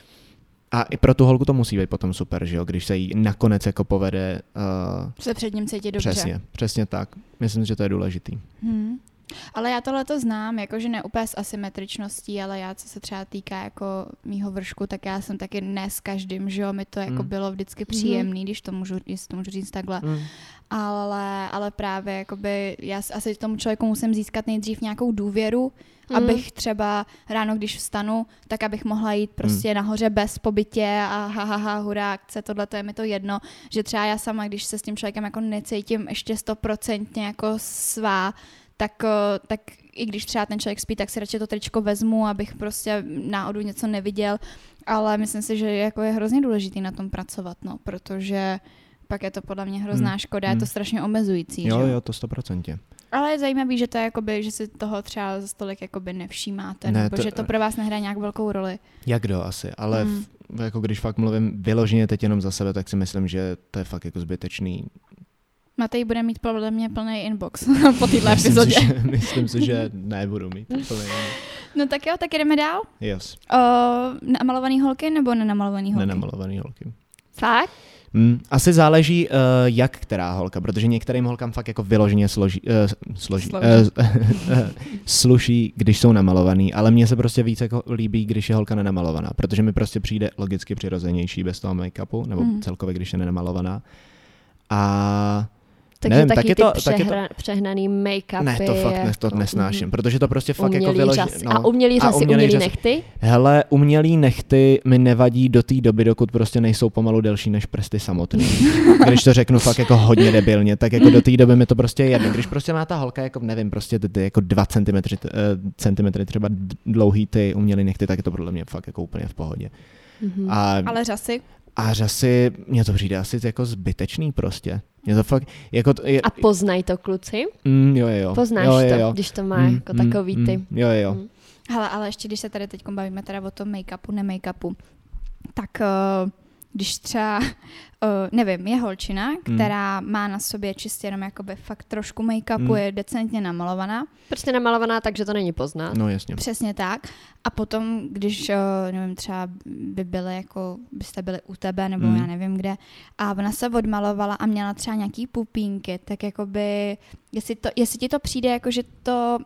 A i pro tu holku to musí být potom super, že jo, když se jí nakonec jako povede... Uh, se před ním cítí dobře. Přesně, přesně tak. Myslím, že to je důležitý. Hmm. Ale já tohle to znám, jakože ne úplně s asymetričností, ale já, co se třeba týká jako mýho vršku, tak já jsem taky ne s každým, že jo, mi to jako mm. bylo vždycky příjemný, když to můžu, jestli to můžu říct takhle. Mm. Ale, ale právě jakoby já asi tomu člověku musím získat nejdřív nějakou důvěru, mm. abych třeba ráno, když vstanu, tak abych mohla jít prostě mm. nahoře bez pobytě a ha, ha, ha, hurá, akce, tohle to je mi to jedno, že třeba já sama, když se s tím člověkem jako necítím ještě stoprocentně jako svá, tak, tak i když třeba ten člověk spí, tak si radši to tričko vezmu, abych prostě náhodou něco neviděl, ale myslím si, že jako je hrozně důležitý na tom pracovat, no, protože pak je to podle mě hrozná hmm. škoda, hmm. je to strašně omezující. Jo, že? jo, to sto procent. Ale je zajímavý, že to je jakoby, že si toho třeba za stolik jakoby nevšímáte, ne, nebo to, že to pro vás nehraje nějak velkou roli. Jak kdo asi, ale hmm. v, jako když fakt mluvím vyloženě teď jenom za sebe, tak si myslím, že to je fakt jako zbytečný Matej bude mít podle mě plný inbox po této myslím epizodě. Si, že, myslím si, že nebudu mít plný inbox. No tak jo, tak jdeme dál. Yes. O, namalovaný holky nebo nenamalovaný holky? Nenamalovaný holky. Fakt? Hmm, asi záleží, uh, jak která holka, protože některým holkám fakt jako vyloženě složí, uh, složí, uh, sluší, když jsou namalovaný, ale mně se prostě víc jako líbí, když je holka nenamalovaná, protože mi prostě přijde logicky přirozenější bez toho make-upu, nebo mm. celkově, když je nenamalovaná. A takže nevím, taky tak je ty to, přehra, tak je to, přehnaný make-upy. Ne, to fakt ne, to nesnáším, protože to prostě fakt jako vyloženě. No, a umělý řasy, umělý, umělý nechty? Hele, umělý nechty mi nevadí do té doby, dokud prostě nejsou pomalu delší než prsty samotný. Když to řeknu fakt jako hodně debilně, tak jako do té doby mi to prostě je jedno. Když prostě má ta holka jako, nevím, prostě ty, ty jako dva centimetry, uh, centimetry třeba dlouhý ty umělý nechty, tak je to podle mě fakt jako úplně v pohodě. Mm-hmm. A, ale řasy? A řasy, mně to přijde asi jako zbytečný prostě. Je to fakt, jako to, je, a poznají to kluci? Mm, jo, jo. Poznáš jo, jo, jo. to, když to má mm, jako mm, takový ty. Mm, jo, jo. Mm. Hele, ale ještě když se tady teď bavíme teda o tom make-upu, ne make-upu, tak uh, když třeba, uh, nevím, je holčina, která mm. má na sobě čistě jenom jakoby fakt trošku make-upu, mm. je decentně namalovaná. Prostě namalovaná, takže to není poznat. No jasně. Přesně tak. A potom, když, uh, nevím, třeba by byly jako, byste byli u tebe, nebo mm. já nevím kde, a ona se odmalovala a měla třeba nějaký pupínky, tak jakoby, jestli, to, jestli ti to přijde, jako že to...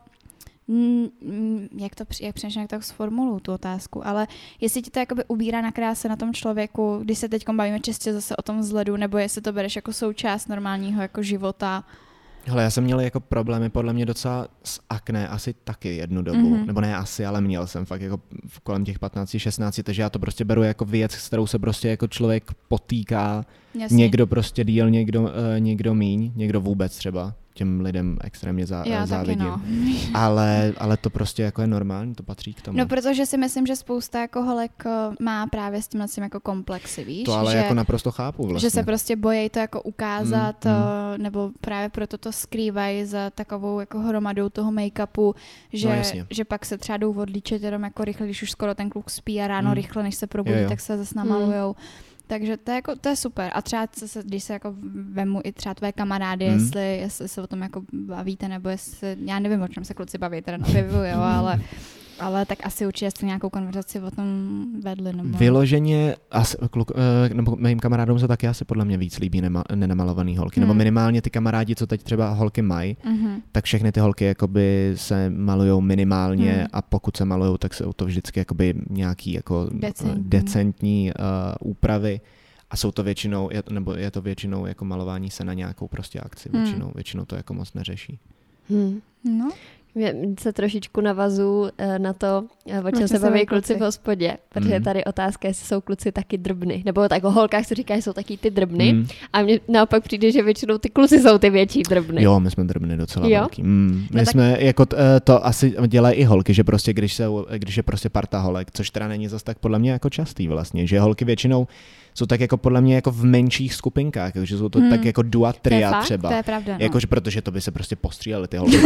jak to jak přemýšlím, jak to sformuluju tu otázku, ale jestli ti to jakoby ubírá na kráse na tom člověku, když se teď bavíme čistě zase o tom vzhledu, nebo jestli to bereš jako součást normálního jako života. Hele, já jsem měl jako problémy podle mě docela s akné asi taky jednu dobu, mm-hmm. nebo ne asi, ale měl jsem fakt jako kolem těch patnáct šestnáct, takže já to prostě beru jako věc, s kterou se prostě jako člověk potýká, jasně. Někdo prostě díl, někdo, uh, někdo míň, někdo vůbec třeba. Těm lidem extrémně zá, Já závidím. Taky, no. ale, ale to prostě jako je normální, to patří k tomu. No, protože si myslím, že spousta jako holek má právě s tímhle tím jako komplexy, víš? To ale že, jako naprosto chápu vlastně. Že se prostě bojí to jako ukázat, mm, mm. nebo právě proto to skrývají za takovou jako hromadou toho make-upu, že, no, že pak se třeba jdou odlíčit jenom jako rychle, když už skoro ten kluk spí a ráno mm. rychle, než se probudí, jo, jo. tak se zase namalujou. Mm. Takže to je, jako, to je super. A třeba, se, když se jako vemu i třeba tvé kamarády, mm. jestli, jestli se o tom jako bavíte, nebo jestli, já nevím, o čem se kluci baví, teda nevyvuju, jo, ale, ale tak asi určitě jste nějakou konverzaci o tom vedli. Nebo... Vyloženě, asi, kluk, nebo mým kamarádům se taky asi podle mě víc líbí nema, nenamalovaný holky, mm. nebo minimálně ty kamarádi, co teď třeba holky mají, mm-hmm. tak všechny ty holky jakoby se malujou minimálně mm. a pokud se malujou, tak jsou to vždycky jakoby nějaký jako decentní, decentní uh, úpravy. A jsou to většinou, nebo je to většinou jako malování se na nějakou prostě akci, většinou, hmm. většinou to jako moc neřeší. Hmm. No. Se trošičku navazu na to, o čem se baví kluci v hospodě, protože mm. tady otázka, jestli jsou kluci taky drbny, nebo tak o holkách se říká, že jsou taky ty drbny mm. a mně naopak přijde, že většinou ty kluci jsou ty větší drbny. Jo, my jsme drbny docela jo? velký. Mm. My no tak... jsme, jako t, to asi dělají i holky, že prostě když, se, když je prostě parta holek, což teda není zas tak podle mě jako častý vlastně, že holky většinou jsou tak jako podle mě jako v menších skupinkách, že jsou to hmm. tak jako dua, tria to je třeba. To je pravda, no. Jakože protože to by se prostě postříleli ty holky.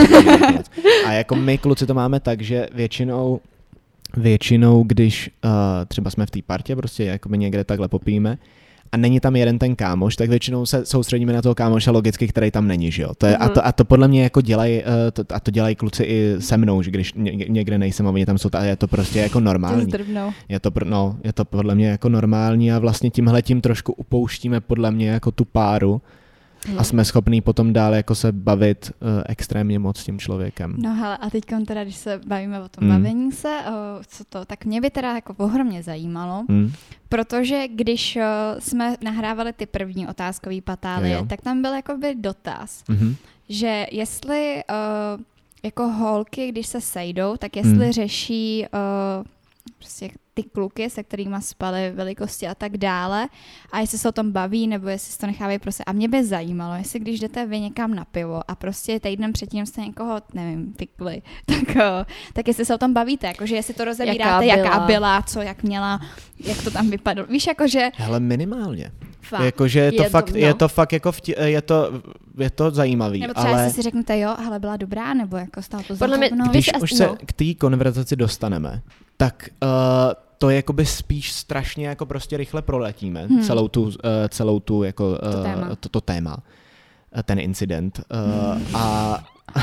A jako my kluci to máme tak, že většinou, většinou když uh, třeba jsme v té partě, prostě jakoby někde takhle popijeme, a není tam jeden ten kámoš, tak většinou se soustředíme na toho kámoše logicky, který tam není, že jo. To je, mm-hmm. a, to, a to podle mě jako dělají, uh, to, a to dělají kluci i se mnou, že když ně, někde nejsem a oni tam jsou, a je to prostě jako normální. Je to, no, je to podle mě jako normální a vlastně tímhletím trošku upouštíme podle mě jako tu páru. A jsme schopní potom dál jako se bavit uh, extrémně moc s tím člověkem. No hele, a teď teda, když se bavíme o tom mm. bavení se, uh, co to, tak mě by teda jako ohromně zajímalo, mm. protože když uh, jsme nahrávali ty první otázkový patálie, jo. tak tam byl jakoby dotaz, mm-hmm. že jestli uh, jako holky, když se sejdou, tak jestli mm. řeší uh, prostě ty kluky, se kterými spaly, velikosti a tak dále. A jestli se o tom baví, nebo jestli se to nechávají prostě. A mě by zajímalo, jestli když jdete vy někam na pivo a prostě týdnem předtím jste někoho, nevím, tykli, tak, tak jestli se o tom bavíte, jakože jestli to rozebíráte, jaká byla, jaká byla co, jak měla, jak to tam vypadalo. Víš, jakože... Hele, minimálně. Fakt. Jakože je to, je fakt, to, no. je to fakt jako vtě, je to, je to zajímavý. Nebo třeba ale... jestli si řeknete, jo, hele, byla dobrá, nebo jako stálo to za mě, no. Když už se no. k té konverzaci dostaneme, tak uh, to je jakoby spíš strašně jako prostě rychle proletíme hmm. celou tu, uh, celou tu jako uh, to téma. To, to téma. ten incident. Uh, a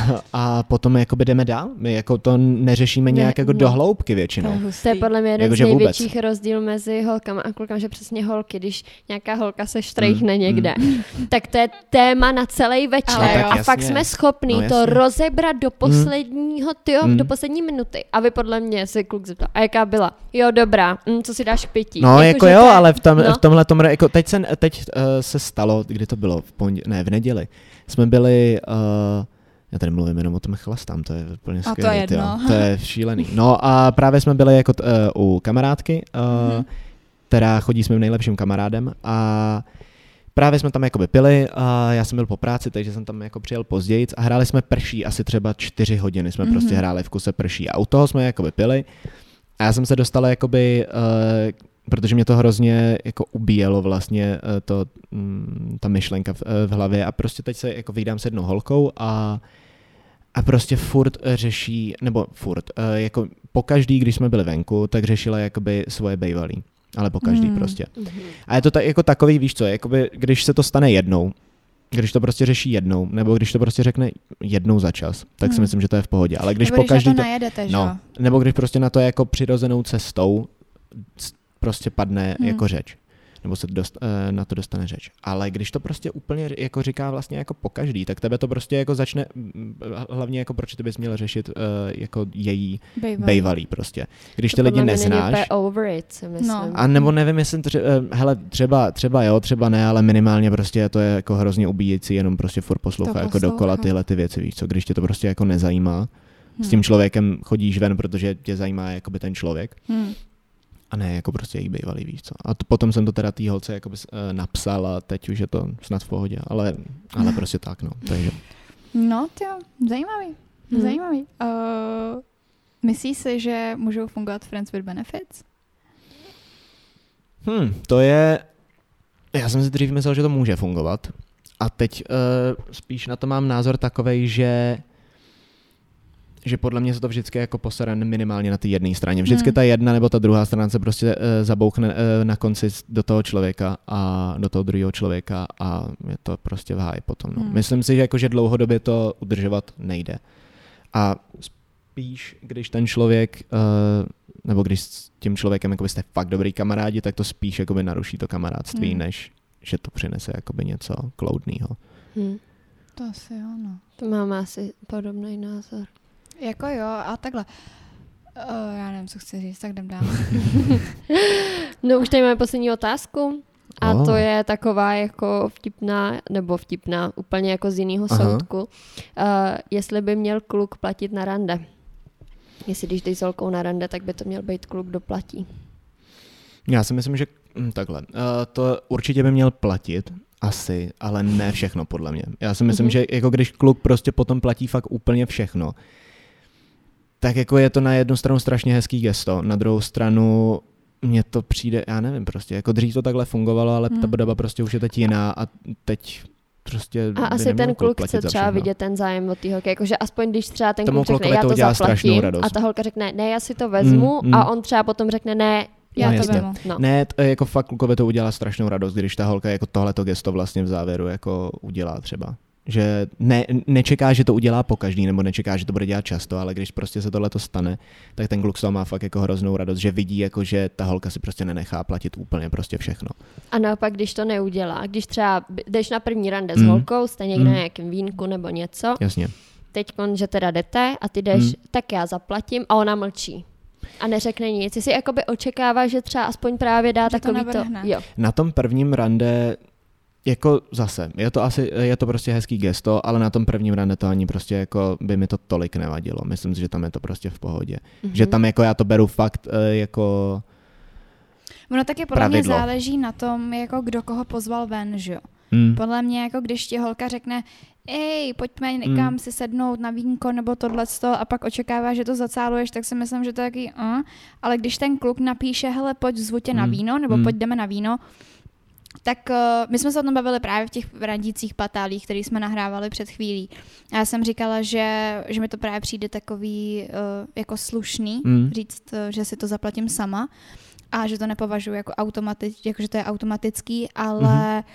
a potom jakoby jdeme dál. My jako to neřešíme nějak ne, jako no. do hloubky většinou. To je podle mě jeden jako, z největších rozdíl mezi holkama a klukama, že přesně holky, když nějaká holka se štrejchne mm. někde, mm. tak to je téma na celý večer. No, a jasně. fakt jsme schopní no, to rozebrat do posledního, tyjo, mm. do poslední minuty. A vy podle mě se kluk zeptal, a jaká byla? Jo, dobrá, mm, co si dáš k pití? No, jako, jako jo, je... ale v, tom, no. v tomhle tom, jako teď se, teď, uh, se stalo, kdy to bylo, v pondělí, ne, v neděli, jsme byli... Uh, Já tady mluvím jenom o tom chlastám, to je úplně skvělé. A to je jedno. To je šílený. No a právě jsme byli jako t, uh, u kamarádky, uh, mm-hmm. která chodí s mým nejlepším kamarádem a právě jsme tam jakoby pili a já jsem byl po práci, takže jsem tam jako přijel později a hráli jsme prší asi třeba čtyři hodiny jsme mm-hmm. prostě hráli v kuse prší a u toho jsme jakoby pili a já jsem se dostal jakoby... Uh, protože mě to hrozně jako ubíjelo vlastně to, ta myšlenka v, v hlavě a prostě teď se jako vyjdám s jednou holkou a, a prostě furt řeší, nebo furt, jako pokaždý, když jsme byli venku, tak řešila jakoby svoje bejvalý, ale pokaždý mm. prostě. A je to tak, jako takový, víš co, jakoby, když se to stane jednou, když to prostě řeší jednou, nebo když to prostě řekne jednou za čas, tak hmm. si myslím, že to je v pohodě. Ale když nebo pokaždý když na to najedete, že? No, nebo když prostě na to jako přirozenou cestou prostě padne hmm. jako řeč. Nebo se dost, na to dostane řeč. Ale když to prostě úplně jako říká vlastně jako pokaždý, tak tebe to prostě jako začne, hlavně jako proč ty bys měl řešit uh, jako její bejvalý. bejvalý prostě. Když ty lidi neznáš. Over it, no. A nebo nevím, jestli tře, hele, třeba, třeba jo, třeba ne, ale minimálně prostě to je jako hrozně ubíjící, jenom prostě furt poslouchá jako dokola tyhle ty věci, víš co, když tě to prostě jako nezajímá. Hmm. S tím člověkem chodíš ven, protože tě zajímá jakoby ten člověk. Hmm. A ne, jako prostě její bývalý, víš co. A to, potom jsem to teda té holce jakoby, uh, napsal a teď už je to snad v pohodě, ale, ale prostě tak, no. Takže. No, tyjo, zajímavý, hmm. zajímavý. Uh, myslíš si, že můžou fungovat friends with benefits? Hm, to je, já jsem si dřív myslel, že to může fungovat a teď uh, spíš na to mám názor takovej, že že podle mě se to vždycky jako posere minimálně na té jedné straně. Vždycky hmm. ta jedna nebo ta druhá strana se prostě uh, zabouchne uh, na konci do toho člověka a do toho druhého člověka a je to prostě v háji potom. No. Hmm. Myslím si, že, jako, že dlouhodobě to udržovat nejde. A spíš, když ten člověk, uh, nebo když s tím člověkem jakoby jste fakt dobrý kamarádi, tak to spíš jakoby naruší to kamarádství, hmm. než že to přinese jakoby něco kloudného. Hmm. To asi jo, no. To máme asi podobný názor. Jako jo, a takhle. Uh, já nevím, co chci říct, tak jdem dál. No už tady máme poslední otázku a oh. to je taková jako vtipná, nebo vtipná, úplně jako z jiného soudku. Uh, jestli by měl kluk platit na rande. Jestli když jdeš s holkou na rande, tak by to měl být kluk, kdo platí. Já si myslím, že hm, takhle. Uh, to určitě by měl platit, asi, ale ne všechno podle mě. Já si myslím, mm-hmm. že jako když kluk prostě potom platí fakt úplně všechno, tak jako je to na jednu stranu strašně hezký gesto, na druhou stranu mně to přijde, já nevím prostě, jako dřív to takhle fungovalo, ale hmm. ta doba prostě už je teď jiná a teď prostě a asi ten kluk chce třeba vidět ten zájem od té holky, jakože aspoň když třeba ten Tomu kluk řekne, já to zaplatím a ta holka řekne, ne, já si to vezmu hmm, hmm. a on třeba potom řekne, ne, já no, to vezmu. No. Ne, t- jako fakt klukovi to udělá strašnou radost, když ta holka jako tohleto gesto vlastně v závěru jako udělá třeba. Že ne, nečeká, že to udělá pokaždý, nebo nečeká, že to bude dělat často, ale když prostě se tohleto stane, tak ten kluk z toho má fakt jako hroznou radost, že vidí, jako, že ta holka si prostě nenechá platit úplně prostě všechno. A naopak, když to neudělá, když třeba jdeš na první rande mm. s holkou, jste někde mm. na nějakém vínku nebo něco, jasně. teď že teda jdete a ty jdeš, mm. tak já zaplatím a ona mlčí. A neřekne nic. Jestli jakoby očekává, že třeba aspoň právě dá že takový to. to jo. Na tom prvním rande jako zase, je to asi, je to prostě hezký gesto, ale na tom prvním rande to ani prostě jako by mi to tolik nevadilo. Myslím si, že tam je to prostě v pohodě. Mm-hmm. Že tam jako já to beru fakt jako ono taky podle pravidlo. Mě záleží na tom, jako kdo koho pozval ven, že jo. Mm. Podle mě, jako když ti holka řekne, ej, pojďme někam mm. si sednout na vínko nebo tohleto a pak očekává, že to zacáluješ, tak si myslím, že to je taky, uh. ale když ten kluk napíše, hele, pojď zvu tě mm. na víno, nebo mm. pojď jdeme na víno, tak uh, my jsme se o tom bavili právě v těch randících patálích, které jsme nahrávali před chvílí. A já jsem říkala, že, že mi to právě přijde takový uh, jako slušný mm. říct, uh, že si to zaplatím sama a že to nepovažuji jako automaticky, jako že to je automatický, ale mm.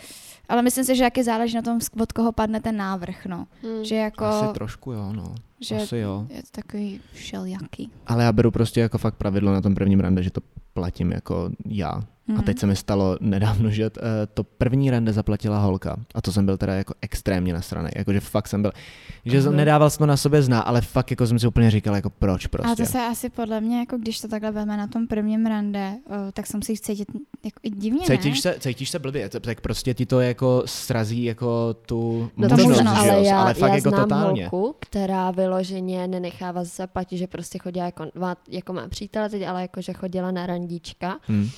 Ale myslím si, že jaký záleží na tom, od koho padne ten návrh, no. Hmm. Že jako... Asi trošku jo, no. Že Asi jo. je to takový všeljaký. Ale já beru prostě jako fakt pravidlo na tom prvním rande, že to platím jako já. Mm. A teď se mi stalo nedávno, že to první rande zaplatila holka. A to jsem byl teda jako extrémně nasranej. Jakože fakt jsem byl, že jsem nedával jsem to na sobě zná, ale fakt jako jsem si úplně říkal, jako proč prostě. Ale to se asi podle mě, jako když to takhle vezme na tom prvním rande, o, tak jsem si cítit jako i divně, cítíš ne? se, cítíš se blbě, tak prostě ti to jako srazí jako tu No možnost, možnost, že jo, ale já, ale fakt já jako znám totálně. holku, která vyloženě nenechává zaplatit, že prostě chodila jako, jako má přítele teď, ale jako, že chodila na randíčka Hmm.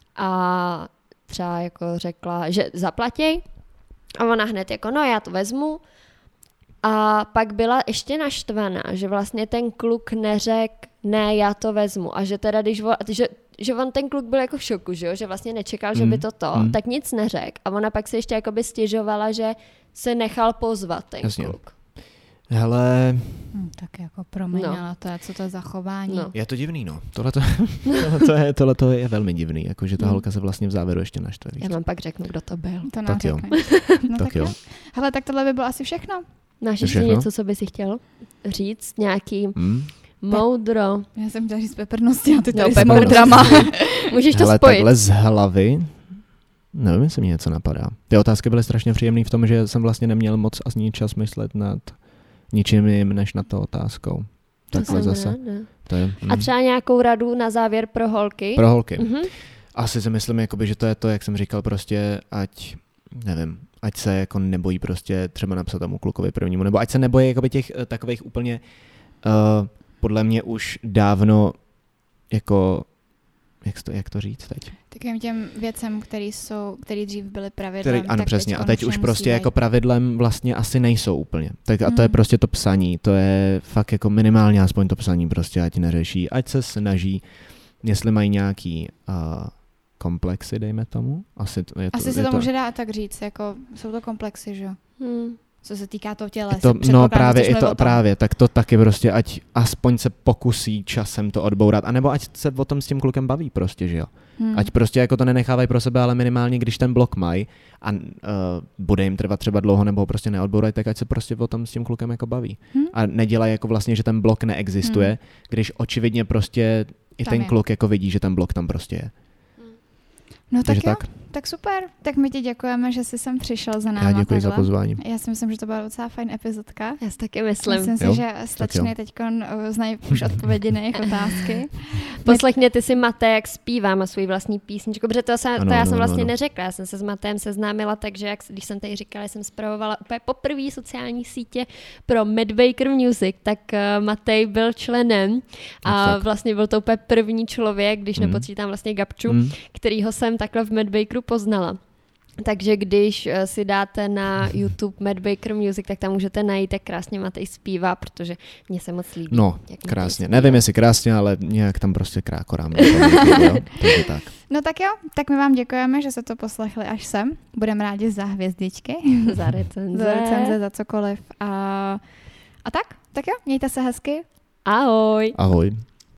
a třeba jako řekla, že zaplatěj a ona hned jako, no já to vezmu a pak byla ještě naštvaná, že vlastně ten kluk neřekl, ne, já to vezmu a že teda když, vo, že, že on ten kluk byl jako v šoku, že, jo? Že vlastně nečekal, že Mm. by to to, Mm. tak nic neřekl a ona pak se ještě jakoby stěžovala, že se nechal pozvat ten Jasně. kluk. Hele, Hm, tak jako promiň, No. ale to je, co to je za chování. No. je to divný, no. Tohleto, tohleto, je, tohleto je velmi divný, jakože ta Hmm. holka se vlastně v závěru ještě naštve. víš Já co? vám pak řeknu, kdo to byl. To nám Tak jo. řekneš. No Tak jo. Hele, tak tohle by bylo asi všechno. Máš ještě Všechno? něco, co by si chtěl říct? Nějaký Hmm? moudro? Já jsem chtěla říct peprnosti a ty No, tady s peprnosti. moudrama. Můžeš to Hele, spojit. takhle z hlavy, nevím, jestli mi něco napadá. Ty otázky byly strašně příjemné v tom, že jsem vlastně neměl moc ani čas myslet nad ničím jiným, než nad tou otázkou. To Takhle jsem zase. ráda. To je, A mm. třeba nějakou radu na závěr pro holky? Pro holky. Mhm. Asi si myslím, jakoby, že to je to, jak jsem říkal, prostě ať, nevím, ať se jako nebojí prostě třeba napsat tomu klukovi prvnímu, nebo ať se nebojí jakoby těch uh, takových úplně, uh, podle mě už dávno, jako, jak to, jak to říct teď? Takovým těm věcem, které jsou, který dřív byly pravidlem. Který, ano, tak přesně. A teďkon teď už už nemusí prostě být. jako pravidlem vlastně asi nejsou úplně. Tak a to je Mm. prostě to psaní. To je fakt jako minimálně aspoň to psaní prostě, ať neřeší. Ať se snaží, jestli mají nějaký uh, komplexy, dejme tomu. Asi, to, je to, Asi se je to může dát tak říct, jako jsou to komplexy, že jo? Hmm. Co se týká toho těla. Je to, no právě, je to právě, tak to taky prostě, ať aspoň se pokusí časem to odbourat, anebo ať se o tom s tím klukem baví prostě, že jo. Hmm. Ať prostě jako to nenechávají pro sebe, ale minimálně, když ten blok mají a uh, bude jim trvat třeba dlouho, nebo ho prostě neodbourají, tak ať se prostě o tom s tím klukem jako baví. Hmm. A nedělají jako vlastně, že ten blok neexistuje, Hmm. když očividně prostě i Tam ten je. kluk jako vidí, že ten blok tam prostě je. No tak Takže jo, tak. tak super. Tak my ti děkujeme, že jsi sem přišel za náma. Já děkuji za takhle. pozvání. Já si myslím, že to byla docela fajn epizodka. Já si taky myslím. Myslím si, Jo? že slečny teď znají už odpovědi na jejich otázky. Poslechněte si Mate, jak zpívá, má svůj vlastní písničku, protože to, jsem, Ano, to já ano, jsem vlastně ano. neřekla, já jsem se s Matem seznámila, takže jak, když jsem tady říkala, jsem spravovala úplně poprvé sociální sítě pro Madbaker Music, tak uh, Matej byl členem a Tak, tak. vlastně byl to úplně první člověk, když Mm. nepočítám vlastně Gabču, Mm. kterýho jsem takhle v Madbakeru poznala. Takže když eh, si dáte na YouTube Madbaker Music, tak tam můžete najít, jak krásně Matej zpívá, protože mně se moc líbí. No, jak Matej krásně. zpívá. Nevím, jestli krásně, ale nějak tam prostě krákorám. jo? Takže tak. No tak jo, tak my vám děkujeme, že se to poslechli až sem. Budeme rádi za hvězdičky, Za recenze. za recenze, za cokoliv. A, a tak, tak jo, mějte se hezky. Ahoj. Ahoj.